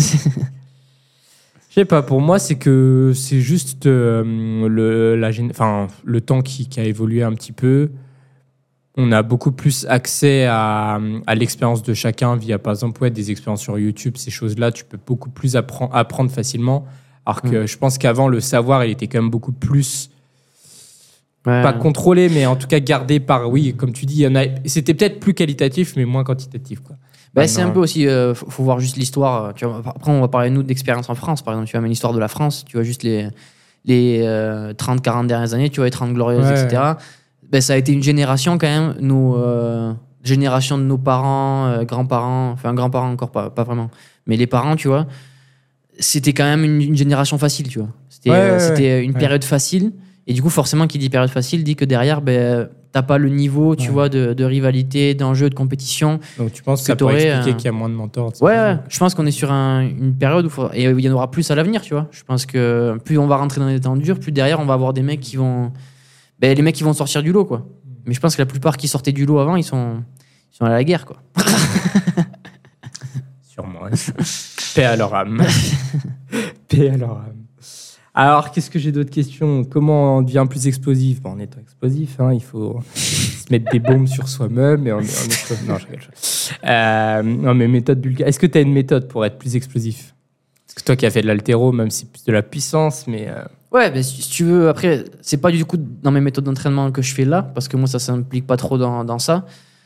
Je sais pas, pour moi, c'est que c'est juste euh, le, la, enfin, le temps qui, qui a évolué un petit peu. On a beaucoup plus accès à, à l'expérience de chacun via, par exemple, ouais, des expériences sur YouTube, ces choses-là. Tu peux beaucoup plus apprendre, apprendre facilement. Alors que mmh. je pense qu'avant, le savoir, il était quand même beaucoup plus... Ouais. Pas contrôlé, mais en tout cas gardé par... Oui, comme tu dis, il y en a, c'était peut-être plus qualitatif, mais moins quantitatif, quoi. Bah, c'est un peu aussi, euh, faut, faut voir juste l'histoire. Tu vois, après, on va parler, nous, d'expérience en France, par exemple. Tu vois, mais l'histoire de la France, tu vois, juste les, les euh, trente quarante dernières années, tu vois, les trente glorieuses, ouais, et cetera. Ben, ça a été une génération, quand même, nos euh, génération de nos parents, euh, grands-parents, enfin, grands-parents encore pas, pas vraiment, mais les parents, tu vois, c'était quand même une, une génération facile, tu vois. C'était, ouais, euh, ouais, c'était une ouais. période facile. Et du coup, forcément, qui dit période facile dit que derrière, ben, t'as pas le niveau, tu ouais. vois, de, de rivalité, d'enjeu, de compétition. Donc tu penses que, que ça pourrait expliquer euh... qu'il y a moins de mentors? Ouais, ouais, je pense qu'on est sur un, une période où faut... et il y en aura plus à l'avenir, tu vois. Je pense que plus on va rentrer dans des temps durs, plus derrière on va avoir des mecs qui vont, ben, les mecs qui vont sortir du lot, quoi. Mais je pense que la plupart qui sortaient du lot avant, ils sont, ils sont à la guerre, quoi. Sûrement. Paix à leur âme. Paix à leur âme. Alors, qu'est-ce que j'ai d'autres questions? Comment on devient plus explosif? Bon, en étant explosif, hein, il faut se mettre des bombes sur soi-même. Et on, on est... Non, je rigole. Euh, non, mais méthode bulgare. Est-ce que tu as une méthode pour être plus explosif? Parce que toi qui as fait de l'haltéro, même si c'est plus de la puissance, mais... Euh... Ouais, mais si tu veux, après, c'est pas du coup dans mes méthodes d'entraînement que je fais là, parce que moi, ça s'implique pas trop dans, dans ça.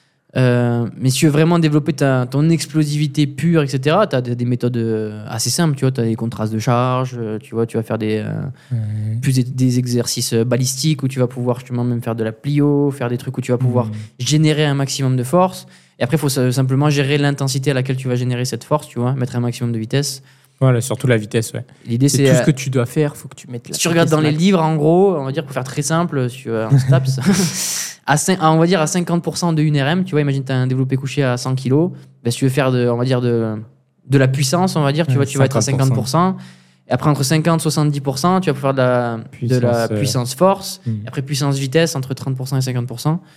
Euh, mais si tu veux vraiment développer ta, ton explosivité pure, et cetera, tu as des, des méthodes assez simples, tu vois, tu as des contrastes de charge, tu vois, tu vas faire des, euh, mmh. plus des, des exercices balistiques où tu vas pouvoir justement même faire de la plio, faire des trucs où tu vas pouvoir mmh. générer un maximum de force. Et après, il faut simplement gérer l'intensité à laquelle tu vas générer cette force, tu vois, mettre un maximum de vitesse. Voilà, surtout la vitesse, ouais. L'idée, c'est, c'est tout euh, ce que tu dois faire, faut que tu mettes la si tu regardes dans max. Les livres, en gros, on va dire, pour faire très simple, sur un STAPS, à cinq, on va dire à cinquante pour cent de une R M, tu vois, imagine tu as un développé couché à cent kilos, ben, si tu veux faire de, on va dire de, de la puissance, on va dire, tu, ouais, vois, tu vas être à cinquante pour cent. Et après, entre cinquante et soixante-dix pour cent, tu vas pouvoir de la puissance, de la puissance force. Euh... Et après, puissance vitesse, entre trente pour cent et cinquante pour cent.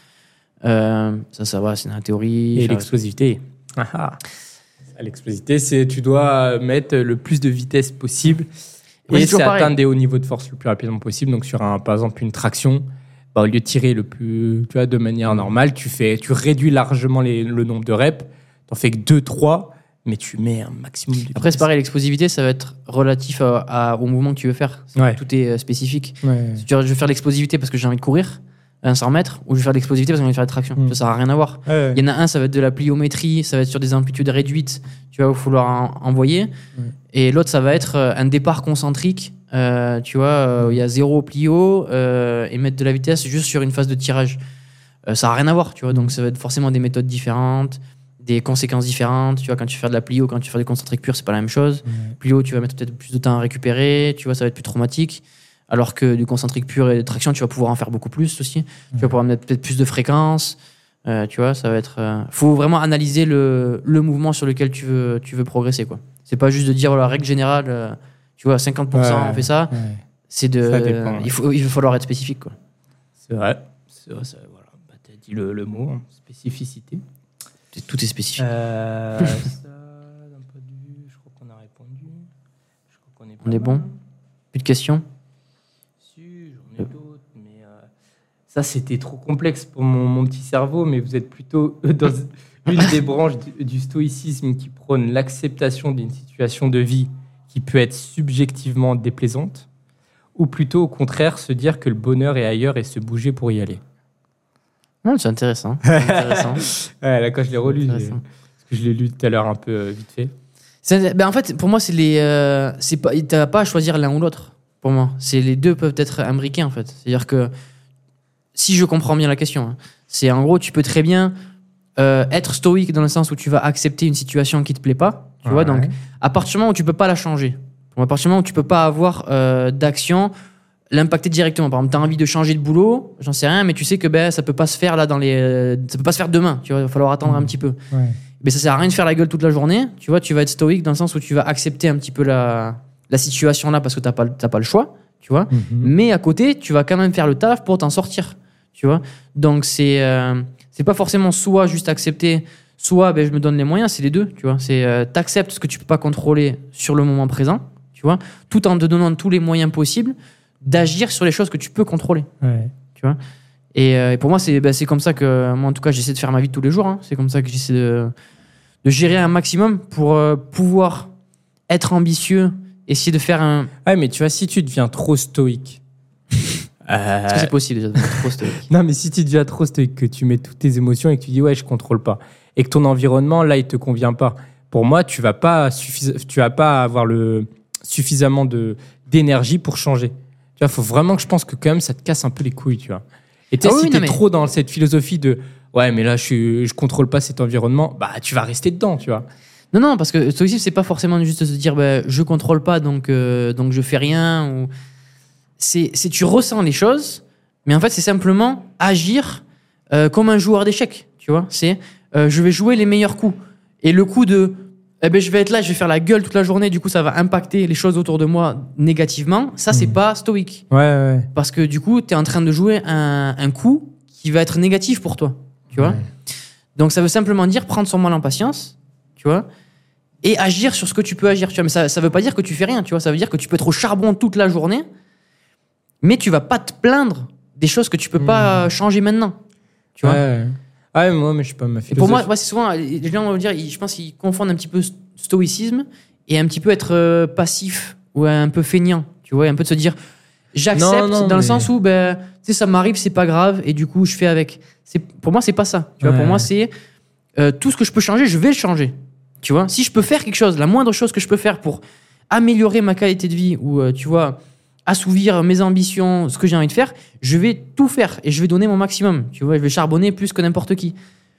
Euh, ça, ça va, c'est dans la théorie. Et l'explosivité. Ah ah. L'explosivité, c'est tu dois mettre le plus de vitesse possible et c'est atteindre des hauts niveaux de force le plus rapidement possible. Donc sur un, par exemple une traction, bah, au lieu de tirer le plus, tu vois, de manière normale, tu fais, tu réduis largement les, le nombre de reps. T'en fais que deux, trois, mais tu mets un maximum de vitesse. Après c'est pareil, l'explosivité, ça va être relatif à, à, au mouvement que tu veux faire. Ouais. Tout est euh, spécifique. Ouais. Si tu veux, je veux faire l'explosivité parce que j'ai envie de courir un cent mètres, ou je vais faire de l'explosivité parce qu'on va faire des tractions. Mmh. Ça, ça n'a rien à voir. Il ouais, ouais. y en a un, ça va être de la pliométrie, ça va être sur des amplitudes réduites, tu vas falloir en envoyer. Ouais. Et l'autre, ça va être un départ concentrique, euh, tu vois, où euh, il y a zéro plio, euh, et mettre de la vitesse juste sur une phase de tirage. Euh, ça n'a rien à voir, tu vois. Donc, ça va être forcément des méthodes différentes, des conséquences différentes. Tu vois, quand tu fais de la plio, quand tu fais des concentriques purs, c'est pas la même chose. Ouais. Plio, tu vas mettre peut-être plus de temps à récupérer, tu vois, ça va être plus traumatique. Alors que du concentrique pur et de traction, tu vas pouvoir en faire beaucoup plus aussi. Mmh. Tu vas pouvoir mettre peut-être plus de fréquences. Euh, tu vois, ça va être. Euh... faut vraiment analyser le, le mouvement sur lequel tu veux, tu veux progresser, quoi. C'est pas juste de dire, voilà, règle générale, euh, tu vois, cinquante pour cent ouais, on fait ça. Ouais. C'est de. Ça dépend, ouais. il, faut, il va falloir être spécifique, quoi. C'est vrai. C'est vrai, ça, voilà. Bah, t'as dit le, le mot, hein. Spécificité. Tout est spécifique. Euh, ça, d'un point de vue, je crois qu'on a répondu. Je crois qu'on est, on est bon. Plus de questions? D'autres, mais euh, ça c'était trop complexe pour mon, mon petit cerveau, mais vous êtes plutôt dans une des branches du, du stoïcisme qui prône l'acceptation d'une situation de vie qui peut être subjectivement déplaisante, ou plutôt au contraire se dire que le bonheur est ailleurs et se bouger pour y aller. Non, c'est intéressant. C'est intéressant. Ouais, là quand je l'ai relu, parce que je l'ai lu tout à l'heure un peu euh, vite fait. C'est, ben en fait, pour moi, c'est les, euh, c'est pas, t'as pas à choisir l'un ou l'autre. Pour moi, c'est les deux peuvent être imbriqués en fait. C'est-à-dire que si je comprends bien la question, hein, c'est en gros tu peux très bien euh, être stoïque dans le sens où tu vas accepter une situation qui te plaît pas, tu ouais. vois. Donc à partir du moment où tu peux pas la changer, à partir du moment où tu peux pas avoir euh, d'action, l'impacter directement. Par exemple, t'as envie de changer de boulot, j'en sais rien, mais tu sais que ben ça peut pas se faire là dans les, euh, ça peut pas se faire demain. Tu vois, il va falloir attendre mmh. un petit peu. Ouais. Mais ça sert à rien de faire la gueule toute la journée. Tu vois, tu vas être stoïque dans le sens où tu vas accepter un petit peu la la situation là parce que t'as pas t'as pas le choix, tu vois. Mm-hmm. Mais à côté, tu vas quand même faire le taf pour t'en sortir, tu vois. Donc, c'est, euh, c'est pas forcément soit juste accepter, soit ben, je me donne les moyens, c'est les deux, tu vois. C'est euh, t'acceptes ce que tu peux pas contrôler sur le moment présent, tu vois, tout en te donnant tous les moyens possibles d'agir sur les choses que tu peux contrôler, ouais. tu vois. Et, euh, et pour moi, c'est, ben, c'est comme ça que, moi, en tout cas, j'essaie de faire ma vie de tous les jours. Hein. C'est comme ça que j'essaie de, de gérer un maximum pour euh, pouvoir être ambitieux, essayer de faire un... Ouais, mais tu vois, si tu deviens trop stoïque... euh... Est-ce que c'est possible déjà de devenir trop stoïque? Non, mais si tu deviens trop stoïque, que tu mets toutes tes émotions et que tu dis « ouais, je contrôle pas », et que ton environnement, là, il te convient pas, pour moi, tu vas pas, suffis... tu vas pas avoir le... suffisamment de... d'énergie pour changer. Tu vois, faut vraiment que je pense que quand même, ça te casse un peu les couilles, tu vois. Et tu sais, ah, si oui, t'es mais... trop dans cette philosophie de « ouais, mais là, je, suis... je contrôle pas cet environnement », bah, tu vas rester dedans, tu vois. Non, non, parce que stoïcisme, c'est pas forcément juste se dire bah, je contrôle pas, donc, euh, donc je fais rien. Ou... C'est, c'est tu ressens les choses, mais en fait, c'est simplement agir euh, comme un joueur d'échecs. Tu vois, c'est euh, je vais jouer les meilleurs coups. Et le coup de eh ben, je vais être là, je vais faire la gueule toute la journée, du coup, ça va impacter les choses autour de moi négativement. Ça, c'est mmh. pas stoïque. Ouais, ouais. Parce que du coup, tu es en train de jouer un, un coup qui va être négatif pour toi. Tu vois. Ouais. Donc, ça veut simplement dire prendre son mal en patience. Tu vois, et agir sur ce que tu peux agir, tu vois, mais ça ça veut pas dire que tu fais rien, tu vois, ça veut dire que tu peux être au charbon toute la journée, mais tu vas pas te plaindre des choses que tu peux mmh. pas changer maintenant, tu vois. Ouais, ouais, moi mais je sais pas ma philosophie. Et pour moi, ouais, c'est souvent les gens vont dire, je pense qu'ils confondent un petit peu stoïcisme et un petit peu être euh, passif ou un peu feignant, tu vois, un peu de se dire j'accepte non, non, dans mais... le sens où ben tu sais ça m'arrive, c'est pas grave et du coup je fais avec. C'est pour moi c'est pas ça, tu vois, ouais. Pour moi c'est euh, tout ce que je peux changer, je vais le changer. Tu vois, si je peux faire quelque chose, la moindre chose que je peux faire pour améliorer ma qualité de vie ou, euh, tu vois, assouvir mes ambitions, ce que j'ai envie de faire, je vais tout faire et je vais donner mon maximum. Tu vois, je vais charbonner plus que n'importe qui.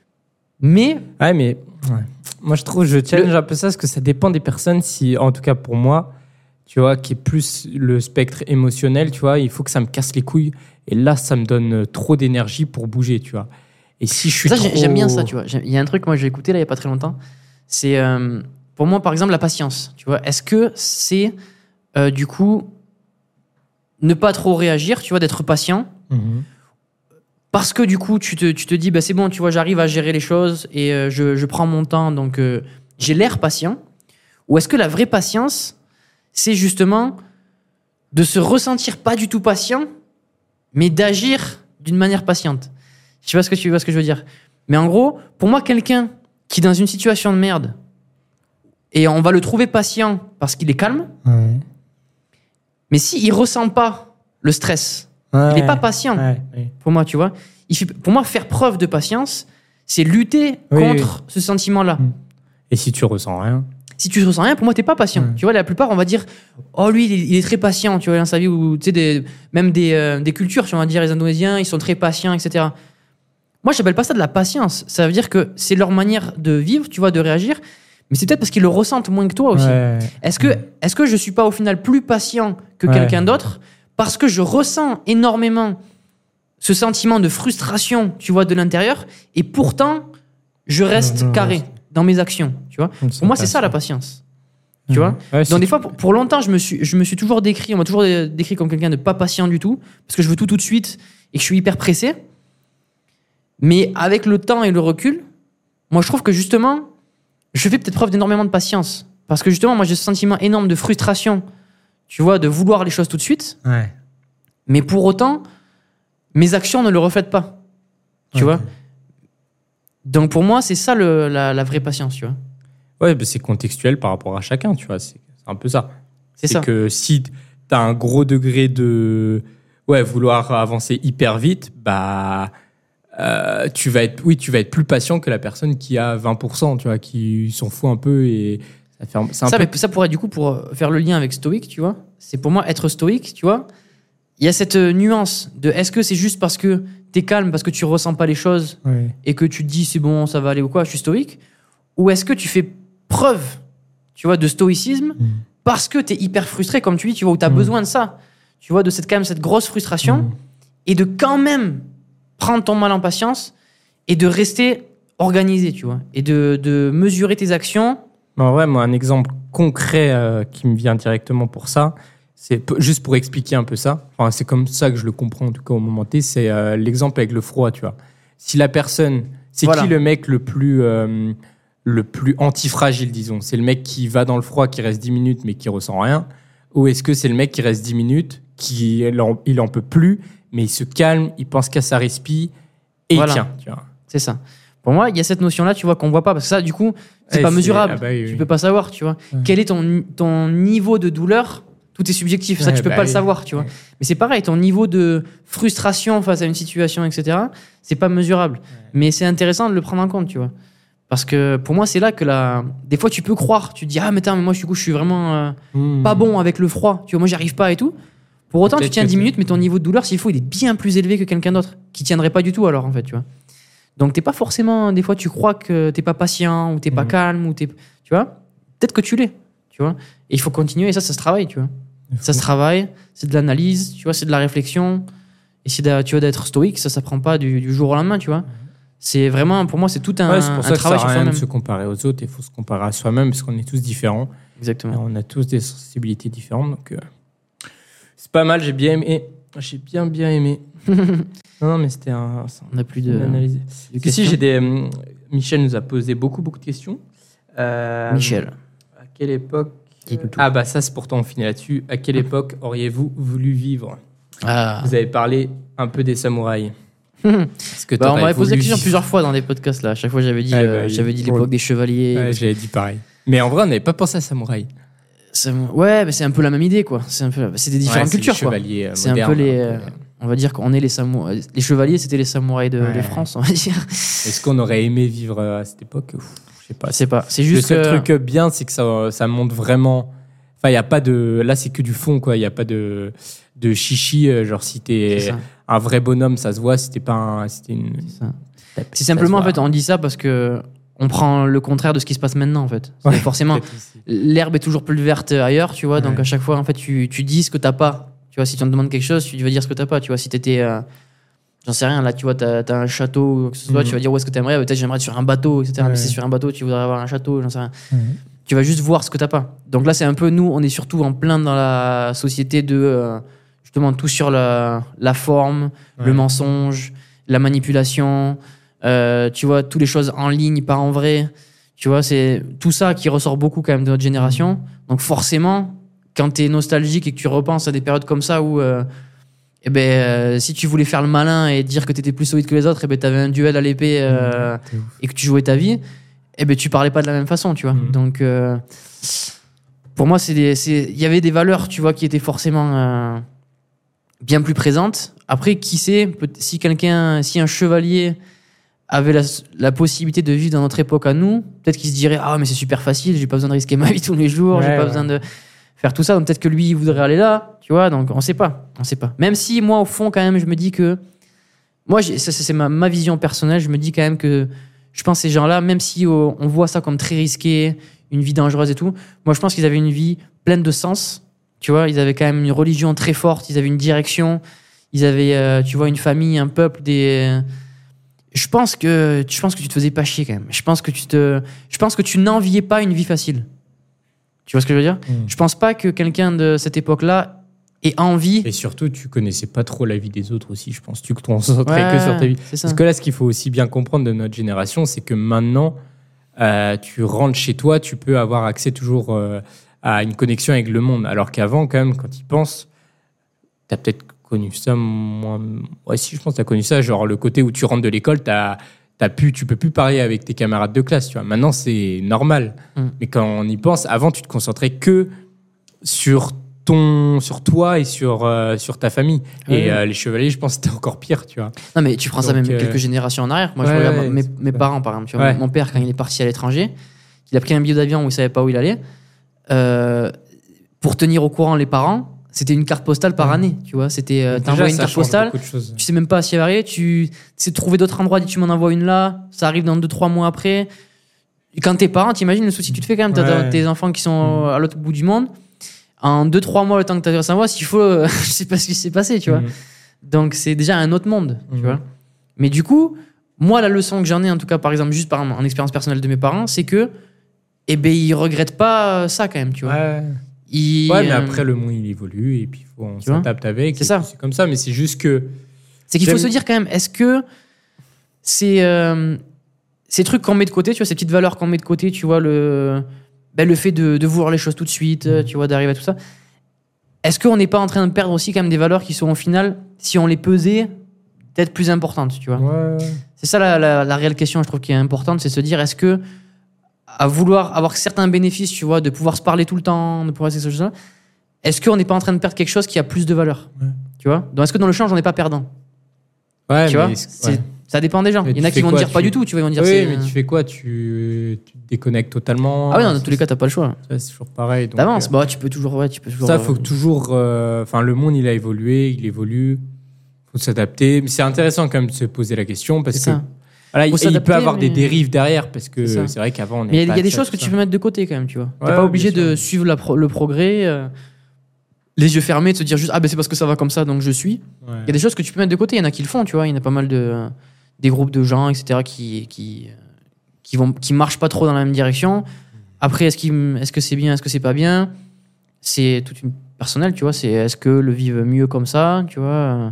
Mais... Ouais, mais ouais. Moi, je trouve, je challenge le... un peu ça parce que ça dépend des personnes. Si, en tout cas pour moi, tu vois, qui est plus le spectre émotionnel, tu vois, il faut que ça me casse les couilles. Et là, ça me donne trop d'énergie pour bouger, tu vois. Et si je suis ça, trop... j'aime bien ça, tu vois. Il y a un truc, moi, j'ai écouté là, il n'y a pas très longtemps. C'est, euh, pour moi, par exemple, la patience. Tu vois, est-ce que c'est, euh, du coup, ne pas trop réagir, tu vois, d'être patient, mmh. parce que, du coup, tu te, tu te dis, bah, c'est bon, tu vois, j'arrive à gérer les choses et euh, je, je prends mon temps, donc euh, j'ai l'air patient. Ou est-ce que la vraie patience, c'est justement de se ressentir pas du tout patient, mais d'agir d'une manière patiente. Je sais pas ce que tu vois ce que je veux dire. Mais en gros, pour moi, quelqu'un qui est dans une situation de merde, et on va le trouver patient parce qu'il est calme, ouais. mais s'il ne ressent pas le stress, ouais. il n'est pas patient. Ouais. Ouais. Pour moi, tu vois. Il fait, pour moi, faire preuve de patience, c'est lutter oui, contre oui. ce sentiment-là. Et si tu ressens rien Si tu ne ressens rien, pour moi, tu n'es pas patient. Ouais. Tu vois, la plupart, on va dire, oh, lui, il est, il est très patient, tu vois, dans sa vie, ou tu sais, des, même des, euh, des cultures, tu vas dire, les Indonésiens, ils sont très patients, et cetera. Moi, je n'appelle pas ça de la patience. Ça veut dire que c'est leur manière de vivre, tu vois, de réagir. Mais c'est peut-être parce qu'ils le ressentent moins que toi aussi. Ouais. Est-ce que, est-ce que je ne suis pas au final plus patient que ouais. quelqu'un d'autre parce que je ressens énormément ce sentiment de frustration, tu vois, de l'intérieur, et pourtant, je reste non, non, carré non. dans mes actions, tu vois. Pour moi, c'est ça la patience. Tu mmh. vois. Ouais, donc des fois, pour, pour longtemps, je me suis, je me suis toujours décrit, on m'a toujours décrit comme quelqu'un de pas patient du tout, parce que je veux tout tout de suite et que je suis hyper pressé. Mais avec le temps et le recul, moi, je trouve que justement, je fais peut-être preuve d'énormément de patience. Parce que justement, moi, j'ai ce sentiment énorme de frustration, tu vois, de vouloir les choses tout de suite. Ouais. Mais pour autant, mes actions ne le reflètent pas. Tu okay. vois. Donc pour moi, c'est ça le, la, la vraie patience, tu vois. Ouais, bah c'est contextuel par rapport à chacun, tu vois. C'est, c'est un peu ça. C'est, c'est ça. que si t'as un gros degré de ouais, vouloir avancer hyper vite, bah... Euh, tu vas être, oui, tu vas être plus patient que la personne qui a vingt pour cent, tu vois, qui s'en fout un peu et ça fait un, c'est un ça, peu... mais ça pourrait, du coup, pour faire le lien avec stoïque, tu vois, c'est pour moi être stoïque, tu vois, il y a cette nuance de est-ce que c'est juste parce que t'es calme, parce que tu ressens pas les choses oui. et que tu te dis c'est bon, ça va aller ou quoi, je suis stoïque, ou est-ce que tu fais preuve, tu vois, de stoïcisme mmh. parce que t'es hyper frustré, comme tu dis, tu vois, où t'as mmh. besoin de ça, tu vois, de cette, quand même, cette grosse frustration mmh. et de quand même prendre ton mal en patience et de rester organisé, tu vois, et de, de mesurer tes actions. En vrai, moi, un exemple concret euh, qui me vient directement pour ça, c'est juste pour expliquer un peu ça. Enfin, c'est comme ça que je le comprends en tout cas au moment T. C'est euh, l'exemple avec le froid, tu vois. Si la personne, c'est voilà. qui le mec le plus euh, le plus antifragile, disons. C'est le mec qui va dans le froid, qui reste dix minutes mais qui ressent rien. Ou est-ce que c'est le mec qui reste dix minutes, qui il en, il en peut plus, mais il se calme, il pense qu'à sa respi et voilà. il tient, tu vois. C'est ça. Pour moi, il y a cette notion-là, tu vois, qu'on voit pas, parce que ça, du coup, c'est et pas c'est... mesurable. Ah bah oui, oui. Tu peux pas savoir, tu vois. Ouais. Quel est ton, ton niveau de douleur? Tout est subjectif, ça, ouais, tu peux bah pas oui. le savoir, tu vois. Ouais. Mais c'est pareil, ton niveau de frustration face à une situation, et cetera, c'est pas mesurable. Ouais. Mais c'est intéressant de le prendre en compte, tu vois. Parce que pour moi, c'est là que la... des fois, tu peux croire, tu te dis, ah, mais, mais moi, du coup, je suis vraiment euh, mmh. pas bon avec le froid, tu vois, moi, j'y arrive pas et tout. Pour autant, Peut-être tu tiens dix minutes, mais ton niveau de douleur, s'il faut, il est bien plus élevé que quelqu'un d'autre, qui tiendrait pas du tout, alors, en fait, tu vois. Donc, t'es pas forcément, des fois, tu crois que t'es pas patient, ou t'es mmh. pas calme, ou t'es. Tu vois. Peut-être que tu l'es, tu vois. Et il faut continuer, et ça, ça se travaille, tu vois. Ça se travaille, c'est de l'analyse, tu vois, c'est de la réflexion. Et c'est de, tu vois, d'être stoïque, ça, ça prend pas du, du jour au lendemain, tu vois. C'est vraiment, pour moi, c'est tout un, ouais, c'est pour ça un travail que ça sur sert à rien soi-même. De se comparer aux autres, il faut se comparer à soi-même parce qu'on est tous différents. Exactement. Et on a tous des sensibilités différentes, donc euh, c'est pas mal. J'ai bien aimé, j'ai bien bien aimé. non, non, mais c'était un. On n'a plus de. de si j'ai des. Euh, Michel nous a posé beaucoup beaucoup de questions. Euh, Michel. À quelle époque? Ah bah ça c'est pourtant on finit là-dessus. À quelle époque auriez-vous voulu vivre? ah. Vous avez parlé un peu des samouraïs. Parce que bah, on m'avait posé la question plusieurs fois dans des podcasts là. À chaque fois j'avais dit, ouais, euh, bah, j'avais dit l'époque des chevaliers. Ouais, j'avais dit pareil. Mais en vrai on n'avait pas pensé à samouraï. Sam... Ouais, mais c'est un peu la même idée quoi. C'est un peu, c'est des différentes ouais, c'est cultures quoi. Euh, c'est modernes, un peu les, euh, on va dire qu'on est les samouraïs. Les chevaliers c'était les samouraïs de, ouais. de France, on va dire. Est-ce qu'on aurait aimé vivre à cette époque? Ouf, je sais pas. Je sais pas. C'est juste le seul que... truc bien, c'est que ça, ça montre vraiment. Enfin, il y a pas de. Là, c'est que du fond, quoi. Il y a pas de de chichi. Genre, si t'es un vrai bonhomme, ça se voit. Si t'es pas un. Si t'es une. C'est, ça. c'est simplement en fait, on dit ça parce que on prend le contraire de ce qui se passe maintenant, en fait. Ouais, forcément, l'herbe est toujours plus verte ailleurs, tu vois. Ouais. Donc à chaque fois, en fait, tu tu dis ce que t'as pas. Tu vois, si tu te demandes quelque chose, tu vas dire ce que t'as pas. Tu vois, si t'étais euh, j'en sais rien, là, tu vois, t'as, t'as un château, ou que ce soit, mm-hmm. tu vas dire où est-ce que t'aimerais. Peut-être j'aimerais être sur un bateau, et cetera. Ouais. Mais si c'est sur un bateau, tu voudrais avoir un château, j'en sais rien. Mm-hmm. Tu vas juste voir ce que t'as pas. Donc là, c'est un peu, nous, on est surtout en plein dans la société de, euh, justement, tout sur la, la forme, ouais. le mensonge, la manipulation, euh, tu vois, toutes les choses en ligne, pas en vrai. Tu vois, c'est tout ça qui ressort beaucoup quand même de notre génération. Donc forcément, quand t'es nostalgique et que tu repenses à des périodes comme ça où, euh, eh ben, euh, si tu voulais faire le malin et dire que t'étais plus solide que les autres, eh ben, t'avais un duel à l'épée euh, mmh, et que tu jouais ta vie, eh ben, tu parlais pas de la même façon, tu vois. Mmh. Donc, euh, pour moi, c'est des, c'est, il y avait des valeurs, tu vois, qui étaient forcément euh, bien plus présentes. Après, qui sait, si quelqu'un, si un chevalier avait la, la possibilité de vivre dans notre époque à nous, peut-être qu'il se dirait, ah, mais c'est super facile, j'ai pas besoin de risquer ma vie tous les jours, ouais, j'ai pas ouais. besoin de faire tout ça. Donc, peut-être que lui, il voudrait aller là, tu vois. Donc, on sait pas, on sait pas. Même si, moi, au fond, quand même, je me dis que, moi, j'ai, ça, c'est ma, ma vision personnelle, je me dis quand même que, je pense que ces gens-là, même si oh, on voit ça comme très risqué, une vie dangereuse et tout, moi je pense qu'ils avaient une vie pleine de sens, tu vois, ils avaient quand même une religion très forte, ils avaient une direction, ils avaient, euh, tu vois, une famille, un peuple, des... Je pense que, je pense que tu te faisais pas chier quand même. Je pense que tu te, je pense que tu n'enviais pas une vie facile. Tu vois ce que je veux dire ? mmh. Je pense pas que quelqu'un de cette époque-là ait envie. Et surtout, tu connaissais pas trop la vie des autres aussi, je pense. Tu te concentrais ouais, que sur ta vie. Parce que là, ce qu'il faut aussi bien comprendre de notre génération, c'est que maintenant, euh, tu rentres chez toi, tu peux avoir accès toujours euh, à une connexion avec le monde. Alors qu'avant, quand même, quand tu y penses, tu as peut-être connu ça moins. Ouais, si, je pense que tu as connu ça. Genre, le côté où tu rentres de l'école, t'as, t'as pu, tu peux plus parler avec tes camarades de classe. Tu vois. Maintenant, c'est normal. Mm. Mais quand on y pense, avant, tu te concentrais que sur ton, sur toi et sur, euh, sur ta famille. Mmh. Et euh, les chevaliers, je pense que c'était encore pire, tu vois. Non, mais tu prends Donc, ça même euh... quelques générations en arrière. Moi, ouais, je regarde ouais, mes, mes parents, par exemple. Tu vois, ouais. Mon père, quand il est parti à l'étranger, il a pris un billet d'avion où il savait pas où il allait. Euh, pour tenir au courant les parents, c'était une carte postale par mmh. année, tu vois. C'était, euh, t'envoies une carte postale, tu sais même pas s'il y avait, tu sais trouver d'autres endroits, tu m'en envoies une là, ça arrive dans deux, trois mois après. Et quand t'es parent, t'imagines le souci que tu te fais quand même, t'as ouais. tes enfants qui sont mmh. à l'autre bout du monde. En deux trois mois, le temps que tu as ça voix, s'il faut, euh, je sais pas ce qui s'est passé, tu vois. Mmh. Donc, c'est déjà un autre monde, mmh. tu vois. Mais du coup, moi, la leçon que j'en ai, en tout cas, par exemple, juste par en expérience personnelle de mes parents, c'est que, eh ben, ils regrettent pas ça, quand même, tu vois. Ouais. Il, ouais, mais après, le monde, il évolue et puis faut, on s'adapte avec. C'est ça. C'est comme ça, mais c'est juste que. C'est qu'il faut se dire quand même, est-ce que c'est, euh, ces trucs qu'on met de côté, tu vois, ces petites valeurs qu'on met de côté, tu vois, le, ben, le fait de, de voir les choses tout de suite, mmh. tu vois, d'arriver à tout ça, est-ce qu'on n'est pas en train de perdre aussi quand même des valeurs qui sont au final, si on les pesait, peut-être plus importantes, tu vois. Ouais. C'est ça la, la, la réelle question, je trouve, qui est importante, c'est de se dire, est-ce que à vouloir avoir certains bénéfices, tu vois, de pouvoir se parler tout le temps, de pouvoir faire ces choses-là, est-ce qu'on n'est pas en train de perdre quelque chose qui a plus de valeur, ouais. tu vois. Donc, est-ce que dans le change, on n'est pas perdant? Ouais, tu mais vois, c'est, ouais. ça dépend des gens. Mais il y en a qui vont quoi, dire tu... pas du tout, tu vois, ils vont dire oui, c'est... mais tu fais quoi, tu... tu te déconnectes totalement. Ah oui, dans tous les cas, t'as pas le choix. Ça, c'est toujours pareil. Donc, T'avances, euh... bah, tu peux toujours, ouais, tu peux toujours. Ça, faut toujours. Enfin, euh... le monde, il a évolué, il évolue. Faut s'adapter. Mais c'est intéressant quand même de se poser la question parce c'est que. Voilà, il, il peut avoir mais... des dérives derrière parce que c'est, c'est vrai qu'avant on mais il y a, y a des choses que ça. Tu peux mettre de côté quand même, tu vois. Ouais, t'es pas obligé de suivre la pro- le progrès, euh, les yeux fermés, de se dire juste ah ben c'est parce que ça va comme ça donc je suis. Il ouais. y a des choses que tu peux mettre de côté. Il y en a qui le font, tu vois. Il y en a pas mal de des groupes de gens, et cetera qui qui qui vont qui marchent pas trop dans la même direction. Après est-ce qu'il est-ce que c'est bien, est-ce que c'est pas bien, c'est toute une personnelle, tu vois. C'est est-ce que le vivent mieux comme ça, tu vois.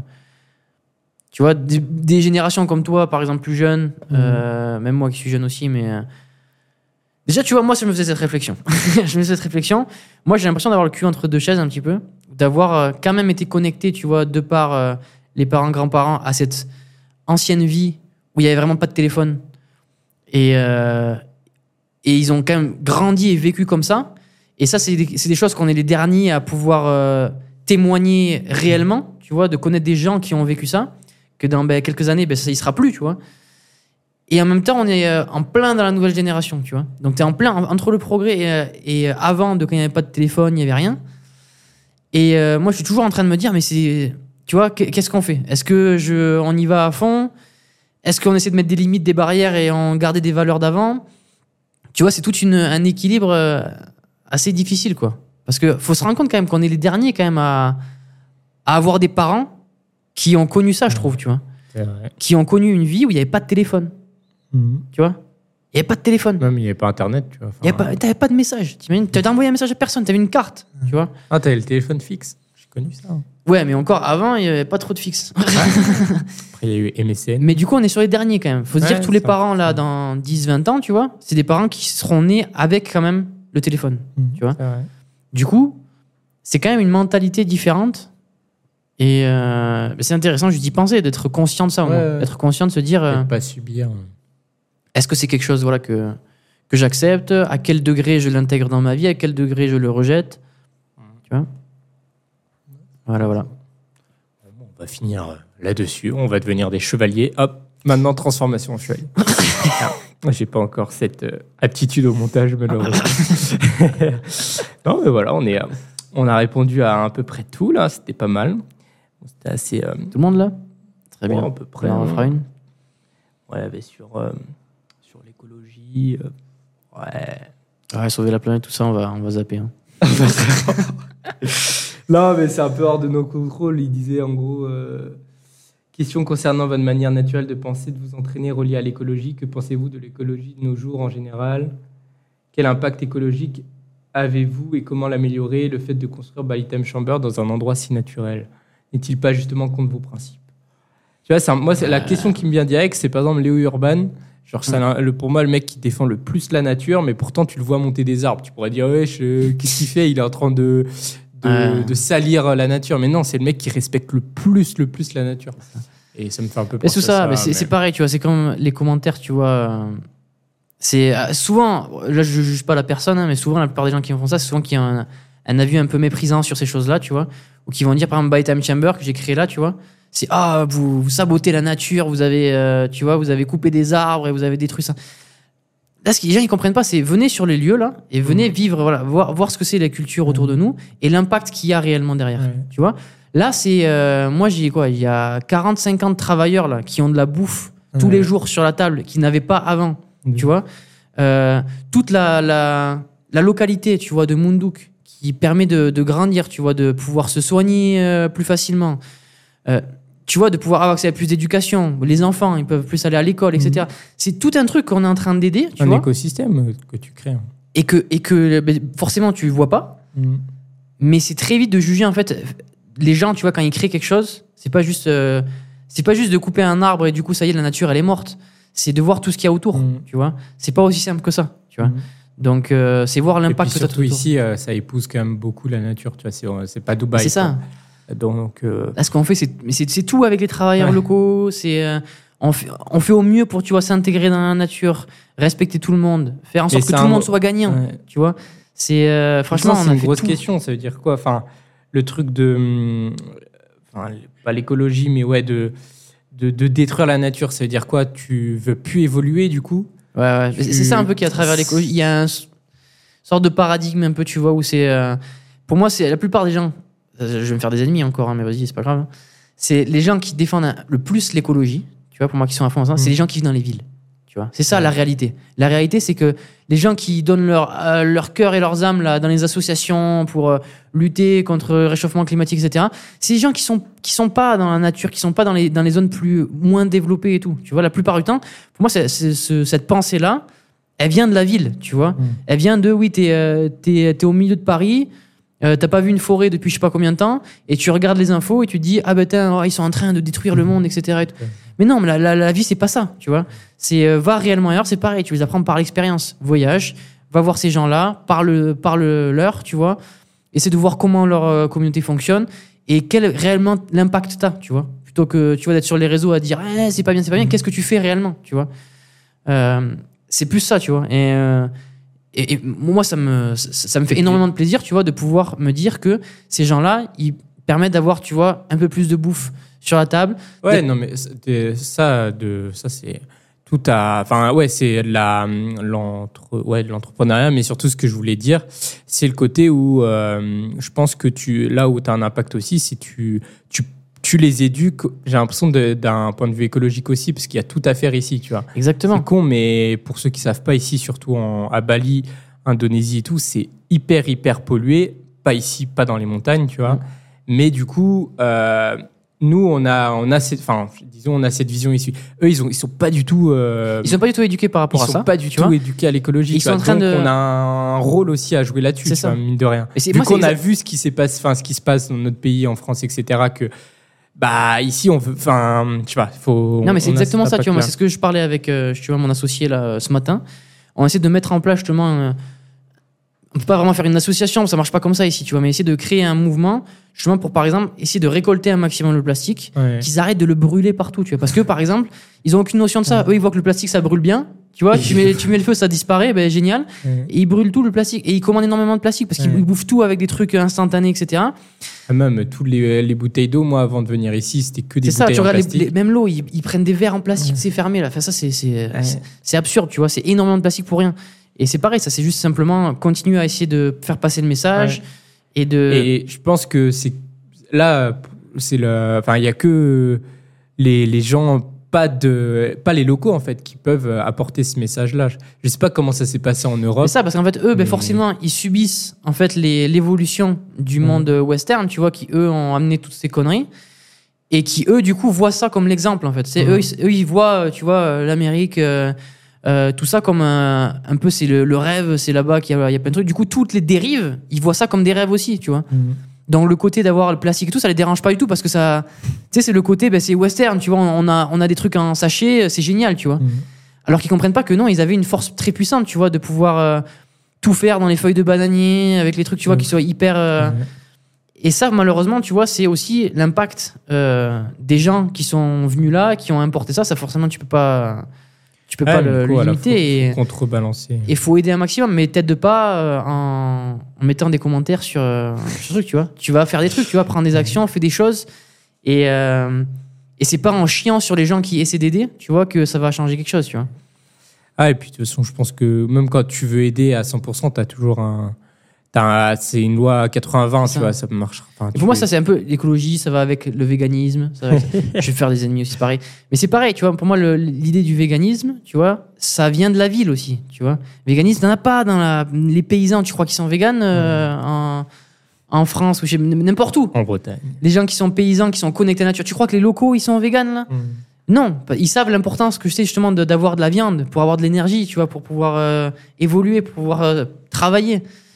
Tu vois, des, des générations comme toi, par exemple, plus jeunes, mmh. euh, même moi qui suis jeune aussi, mais... Euh... Déjà, tu vois, moi, je me faisais cette réflexion. je me faisais cette réflexion. Moi, j'ai l'impression d'avoir le cul entre deux chaises un petit peu, d'avoir euh, quand même été connecté, tu vois, de par euh, les parents, grands-parents, à cette ancienne vie où il n'y avait vraiment pas de téléphone. Et, euh, et ils ont quand même grandi et vécu comme ça. Et ça, c'est des, c'est des choses qu'on est les derniers à pouvoir euh, témoigner réellement, tu vois, de connaître des gens qui ont vécu ça. Que dans ben, quelques années, ben, ça y sera plus, tu vois. Et en même temps, on est euh, en plein dans la nouvelle génération, tu vois. Donc, tu es en plein entre le progrès et, euh, et avant, de quand il n'y avait pas de téléphone, il n'y avait rien. Et euh, moi, je suis toujours en train de me dire, mais c'est... Tu vois, qu'est-ce qu'on fait? Est-ce que je, on y va à fond? Est-ce qu'on essaie de mettre des limites, des barrières et on garder des valeurs d'avant? Tu vois, c'est tout une, un équilibre euh, assez difficile, quoi. Parce qu'il faut se rendre compte quand même qu'on est les derniers quand même à, à avoir des parents qui ont connu ça, je trouve, tu vois. C'est vrai. Qui ont connu une vie où il n'y avait pas de téléphone. Mmh. Tu vois? Il n'y avait pas de téléphone. Même il n'y avait pas Internet, tu vois. Tu n'avais pas de message. Tu avais envoyé un message à personne, tu avais une carte, mmh. tu vois. Ah, tu avais le téléphone fixe. J'ai connu ça. Ouais, mais encore avant, il n'y avait pas trop de fixe. Après, il y a eu M S N. Mais du coup, on est sur les derniers quand même. Il faut se ouais, dire, tous les parents, là, dans dix vingt ans, tu vois, c'est des parents qui seront nés avec quand même le téléphone, mmh. tu vois. Du coup, c'est quand même une mentalité différente. Et euh, c'est intéressant juste d'y penser, d'être conscient de ça, ouais, ouais. d'être conscient de se dire euh, pas subir. Est-ce que c'est quelque chose voilà, que, que j'accepte? À quel degré je l'intègre dans ma vie? À quel degré je le rejette? Tu vois? Voilà, voilà. Bon, on va finir là-dessus. On va devenir des chevaliers. Hop, maintenant transformation en chevalier. Moi, j'ai pas encore cette euh, aptitude au montage, malheureusement. Non, mais voilà, on est, euh, on a répondu à à peu près tout là. C'était pas mal. C'était assez. Euh... Tout le monde là? Très bien. Ouais, à peu près. On en fera une. Ouais, mais sur, euh, sur l'écologie. Euh... Ouais. Ouais, sauver la planète, tout ça, on va, on va zapper. Hein. Non, mais c'est un peu hors de nos contrôles. Il disait en gros euh, question concernant votre manière naturelle de penser, de vous entraîner reliée à l'écologie. Que pensez-vous de l'écologie de nos jours en général? Quel impact écologique avez-vous et comment l'améliorer? Le fait de construire By Time Chamber dans un endroit si naturel n'est-il pas justement contre vos principes? Tu vois, c'est un, moi, c'est, la question qui me vient direct, c'est par exemple Léo Urban. Genre, c'est un, le, pour moi, le mec qui défend le plus la nature, mais pourtant, tu le vois monter des arbres. Tu pourrais dire, ouais, je, qu'est-ce qu'il fait? Il est en train de, de, euh... de salir la nature. Mais non, c'est le mec qui respecte le plus, le plus la nature. Et ça me fait un peu penser tout ça, à ça. Mais c'est, mais... c'est pareil, tu vois, c'est comme les commentaires, tu vois. C'est souvent, là, je juge pas la personne, hein, mais souvent, la plupart des gens qui font ça, c'est souvent qui ont un, un avis un peu méprisant sur ces choses-là, tu vois. Ou qui vont dire, par exemple, By Time Chamber, que j'ai créé là, tu vois. C'est ah vous, vous sabotez la nature, vous avez euh, tu vois vous avez coupé des arbres et vous avez détruit ça. Là, ce que les gens ils comprennent pas, c'est venez sur les lieux là et venez mmh. vivre voilà voir voir ce que c'est la culture autour mmh. de nous et l'impact qu'il y a réellement derrière. Mmh. Tu vois là c'est euh, moi j'ai quoi il y a quarante cinquante travailleurs là qui ont de la bouffe mmh. tous les jours sur la table qu'ils n'avaient pas avant. Mmh. Tu vois euh, toute la, la la localité tu vois de Munduk qui permet de, de grandir, tu vois de pouvoir se soigner euh, plus facilement. Euh, tu vois, de pouvoir avoir accès à plus d'éducation. Les enfants, ils peuvent plus aller à l'école, et cetera. Mmh. C'est tout un truc qu'on est en train d'aider, tu un vois. Un écosystème que tu crées. Et que, et que ben, forcément, tu vois pas. Mmh. Mais c'est très vite de juger, en fait, les gens, tu vois, quand ils créent quelque chose, c'est pas juste, euh, c'est pas juste de couper un arbre et du coup, ça y est, la nature, elle est morte. C'est de voir tout ce qu'il y a autour, mmh. tu vois. C'est pas aussi simple que ça, tu vois. Mmh. Donc, euh, c'est voir l'impact que ça a surtout ici, euh, ça épouse quand même beaucoup la nature, tu vois. C'est, c'est pas Dubaï. C'est ça. Quoi. Donc, euh... Là, ce qu'on fait, c'est, c'est, c'est tout avec les travailleurs ouais. locaux. C'est, euh, on, fait, on fait au mieux pour, tu vois, s'intégrer dans la nature, respecter tout le monde, faire en sorte et que tout le monde soit gagnant, ouais. tu vois. C'est euh, franchement, ça, c'est on a une fait grosse tout. question. Ça veut dire quoi? Enfin, le truc de, enfin, pas l'écologie, mais ouais, de, de, de détruire la nature. Ça veut dire quoi? Tu veux plus évoluer du coup? Ouais, ouais. Tu... C'est ça un peu qui à travers l'écologie. Il y a une sorte de paradigme un peu, tu vois, où c'est, euh, pour moi, c'est la plupart des gens. Je vais me faire des ennemis encore, hein, mais vas-y, c'est pas grave. Hein. C'est les gens qui défendent le plus l'écologie. Tu vois, pour moi, qui sont à fond dans ça, mmh. c'est les gens qui vivent dans les villes. Tu vois, c'est ça ouais. la réalité. La réalité, c'est que les gens qui donnent leur, euh, leur cœur et leurs âmes là, dans les associations pour euh, lutter contre le réchauffement climatique, et cetera, c'est des gens qui sont, qui sont pas dans la nature, qui sont pas dans les, dans les zones plus, moins développées et tout. Tu vois, la plupart du temps, pour moi, c'est, c'est, c'est, cette pensée-là, elle vient de la ville, tu vois. Mmh. Elle vient de, oui, t'es, euh, t'es, t'es au milieu de Paris, euh, t'as pas vu une forêt depuis je sais pas combien de temps, et tu regardes les infos et tu te dis, ah ben, oh, ils sont en train de détruire mmh. le monde, et cetera. Et mais non, mais la, la, la vie, c'est pas ça, tu vois. C'est euh, va réellement ailleurs, c'est pareil, tu les apprends par l'expérience. Voyage, va voir ces gens-là, parle, parle leur, tu vois. Essaie de voir comment leur euh, communauté fonctionne et quel réellement l'impact t'as, tu vois. Plutôt que, tu vois, d'être sur les réseaux à dire, eh, c'est pas bien, c'est pas bien, mmh. qu'est-ce que tu fais réellement, tu vois. Euh, c'est plus ça, tu vois. Et, euh, et, et moi, ça me, ça, ça me fait énormément de plaisir, tu vois, de pouvoir me dire que ces gens-là, ils permettent d'avoir, tu vois, un peu plus de bouffe sur la table. Ouais, de... non, mais ça, de, ça c'est tout à. Enfin, ouais, c'est la, l'entre, ouais, de l'entrepreneuriat, mais surtout ce que je voulais dire, c'est le côté où euh, je pense que tu, là où tu as un impact aussi, c'est tu, tu, tu les éduques, j'ai l'impression, de, d'un point de vue écologique aussi, parce qu'il y a tout à faire ici, tu vois. Exactement. C'est con, mais pour ceux qui ne savent pas, ici, surtout en, à Bali, Indonésie et tout, c'est hyper, hyper pollué. Pas ici, pas dans les montagnes, tu vois. Mmh. Mais du coup. Euh, Nous, on a, on a cette, enfin, disons, on a cette vision ici. Eux, ils ont, ils sont pas du tout. Euh, ils sont pas du tout éduqués par rapport à ça. Ils sont pas du tout vois. éduqués à l'écologie. Ils sont en train Donc, de. on a un rôle aussi à jouer là-dessus, c'est tu ça. Vois, mine de rien. Et c'est, Vu moi, qu'on c'est a exact... vu ce qui s'est passé, enfin, ce qui se passe dans notre pays, en France, et cetera. Que, bah, ici, on veut, enfin, tu vois, faut. Non, mais c'est exactement ça, tu vois. Moi, clair. c'est ce que je parlais avec, euh, tu vois, mon associé là ce matin. On essaie de mettre en place justement. Euh, on peut pas vraiment faire une association, ça marche pas comme ça ici, tu vois, mais essayer de créer un mouvement, justement pour, par exemple, essayer de récolter un maximum de plastique, ouais. qu'ils arrêtent de le brûler partout, tu vois, parce que, par exemple, ils ont aucune notion de ça. Ouais. Eux, ils voient que le plastique, ça brûle bien, tu vois, tu mets, tu mets le feu, ça disparaît, ben génial, ouais. et ils brûlent tout le plastique, et ils commandent énormément de plastique, parce qu'ils ouais. bouffent tout avec des trucs instantanés, et cetera. Même toutes les, les bouteilles d'eau, moi, avant de venir ici, c'était que des c'est bouteilles ça, tu en plastique. Les, les, même l'eau, ils, ils prennent des verres en plastique, ouais. c'est fermé, là, enfin, ça, c'est, c'est, ouais. c'est, c'est absurde, tu vois, c'est énormément de plastique pour rien. Et c'est pareil, ça c'est juste simplement continuer à essayer de faire passer le message ouais. et de. Et je pense que c'est là, c'est le, enfin il y a que les les gens pas de pas les locaux en fait qui peuvent apporter ce message-là. Je sais pas comment ça s'est passé en Europe. C'est ça parce qu'en fait eux, mais... ben forcément ils subissent en fait les l'évolution du mmh. monde western, tu vois, qui eux ont amené toutes ces conneries. Et qui eux du coup voient ça comme l'exemple en fait. C'est mmh. eux, ils, eux ils voient, tu vois, l'Amérique. Euh, Euh, tout ça comme un, un peu c'est le, le rêve, c'est là-bas qu'il y a, il y a plein de trucs. Du coup, toutes les dérives, ils voient ça comme des rêves aussi, tu vois. Mmh. Donc le côté d'avoir le plastique et tout, ça les dérange pas du tout parce que ça, tu sais, c'est le côté, ben, c'est western, tu vois. On a, on a des trucs en sachet, c'est génial, tu vois. Mmh. Alors qu'ils comprennent pas que non, ils avaient une force très puissante, tu vois, de pouvoir euh, tout faire dans les feuilles de bananier avec les trucs, tu vois, mmh. qui soient hyper. Euh... Mmh. Et ça, malheureusement, tu vois, c'est aussi l'impact euh, des gens qui sont venus là, qui ont importé ça. Ça, forcément, tu peux pas. Tu peux ouais, pas le, coup, le limiter faut, et faut contrebalancer. Et faut aider un maximum, mais t'aides pas euh, en, en mettant des commentaires sur euh, sur truc, tu vois. Tu vas faire des trucs, tu vas prendre des actions, fais des choses, et euh, et c'est pas en chiant sur les gens qui essaient d'aider, tu vois, que ça va changer quelque chose, tu vois. Ah et puis de toute façon, je pense que même quand tu veux aider à cent pour cent, t'as toujours un T'as, c'est une loi quatre-vingts vingt, tu vois, ça marche. Enfin, pour moi, ça, c'est un peu l'écologie, ça va avec le véganisme. Ça va avec... Je vais faire des ennemis aussi, c'est pareil. Mais c'est pareil, tu vois, pour moi, le, l'idée du véganisme, tu vois, ça vient de la ville aussi, tu vois. Véganisme, t'en as pas dans la... les paysans, tu crois qu'ils sont véganes euh, mmh. en... en France, ou chez... n'importe où. En Bretagne. Les gens qui sont paysans, qui sont connectés à la nature, tu crois que les locaux, ils sont véganes, là ? mmh. Non, ils savent l'importance que c'est justement de, d'avoir de la viande, pour avoir de l'énergie, tu vois, pour pouvoir euh, évoluer, pour pouvoir euh, travailler.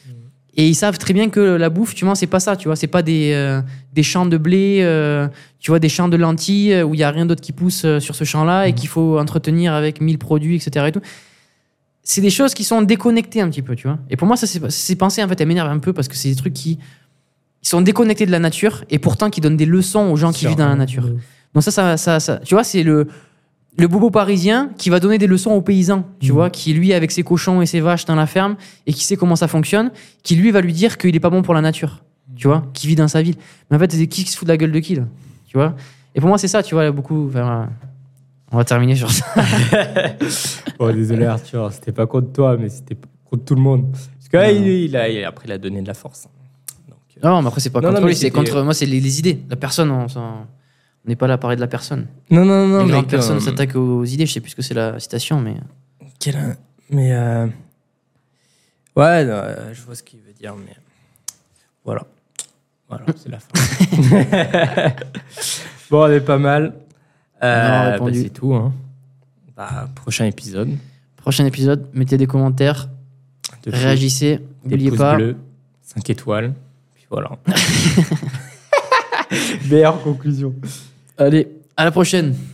Et ils savent très bien que la bouffe, tu vois, c'est pas ça, tu vois. C'est pas des, euh, des champs de blé, euh, tu vois, des champs de lentilles où il y a rien d'autre qui pousse euh, sur ce champ-là et qu'il faut entretenir avec mille produits, et cetera et tout. C'est des choses qui sont déconnectées un petit peu, tu vois. Et pour moi, ça, c'est, ces pensées, en fait, elles m'énervent un peu parce que c'est des trucs qui ils sont déconnectés de la nature et pourtant qui donnent des leçons aux gens qui vivent dans la nature. Donc ça, ça, ça, ça tu vois, c'est le, le bobo parisien qui va donner des leçons aux paysans, tu mmh. vois, qui lui, avec ses cochons et ses vaches dans la ferme et qui sait comment ça fonctionne, qui lui va lui dire qu'il est pas bon pour la nature, tu vois, qui vit dans sa ville. Mais en fait, c'est qui qui se fout de la gueule de qui, là, tu vois. Et pour moi, c'est ça, tu vois, beaucoup... Enfin, on va terminer sur ça. Bon, désolé Arthur, c'était pas contre toi, mais c'était contre tout le monde. Parce que là, il, il, a, il, après, il a donné de la force. Donc, euh... Non, mais après, c'est pas non, contre non, lui, c'est contre... Moi, c'est les, les idées. La personne, on, on n'est pas là à parler de la personne. Non, non, non. Les mais grandes personnes euh... s'attaquent aux idées. Je sais plus ce que c'est la citation, mais... Quel... Mais... Euh... Ouais, non, je vois ce qu'il veut dire, mais... Voilà. Voilà, c'est la fin. Bon, on est pas mal. Euh, bah, c'est tout. Hein. Bah, prochain épisode. Prochain épisode, mettez des commentaires, de réagissez, n'oubliez pas. Bleus, cinq étoiles, puis voilà. Meilleure conclusion. Allez, à la prochaine.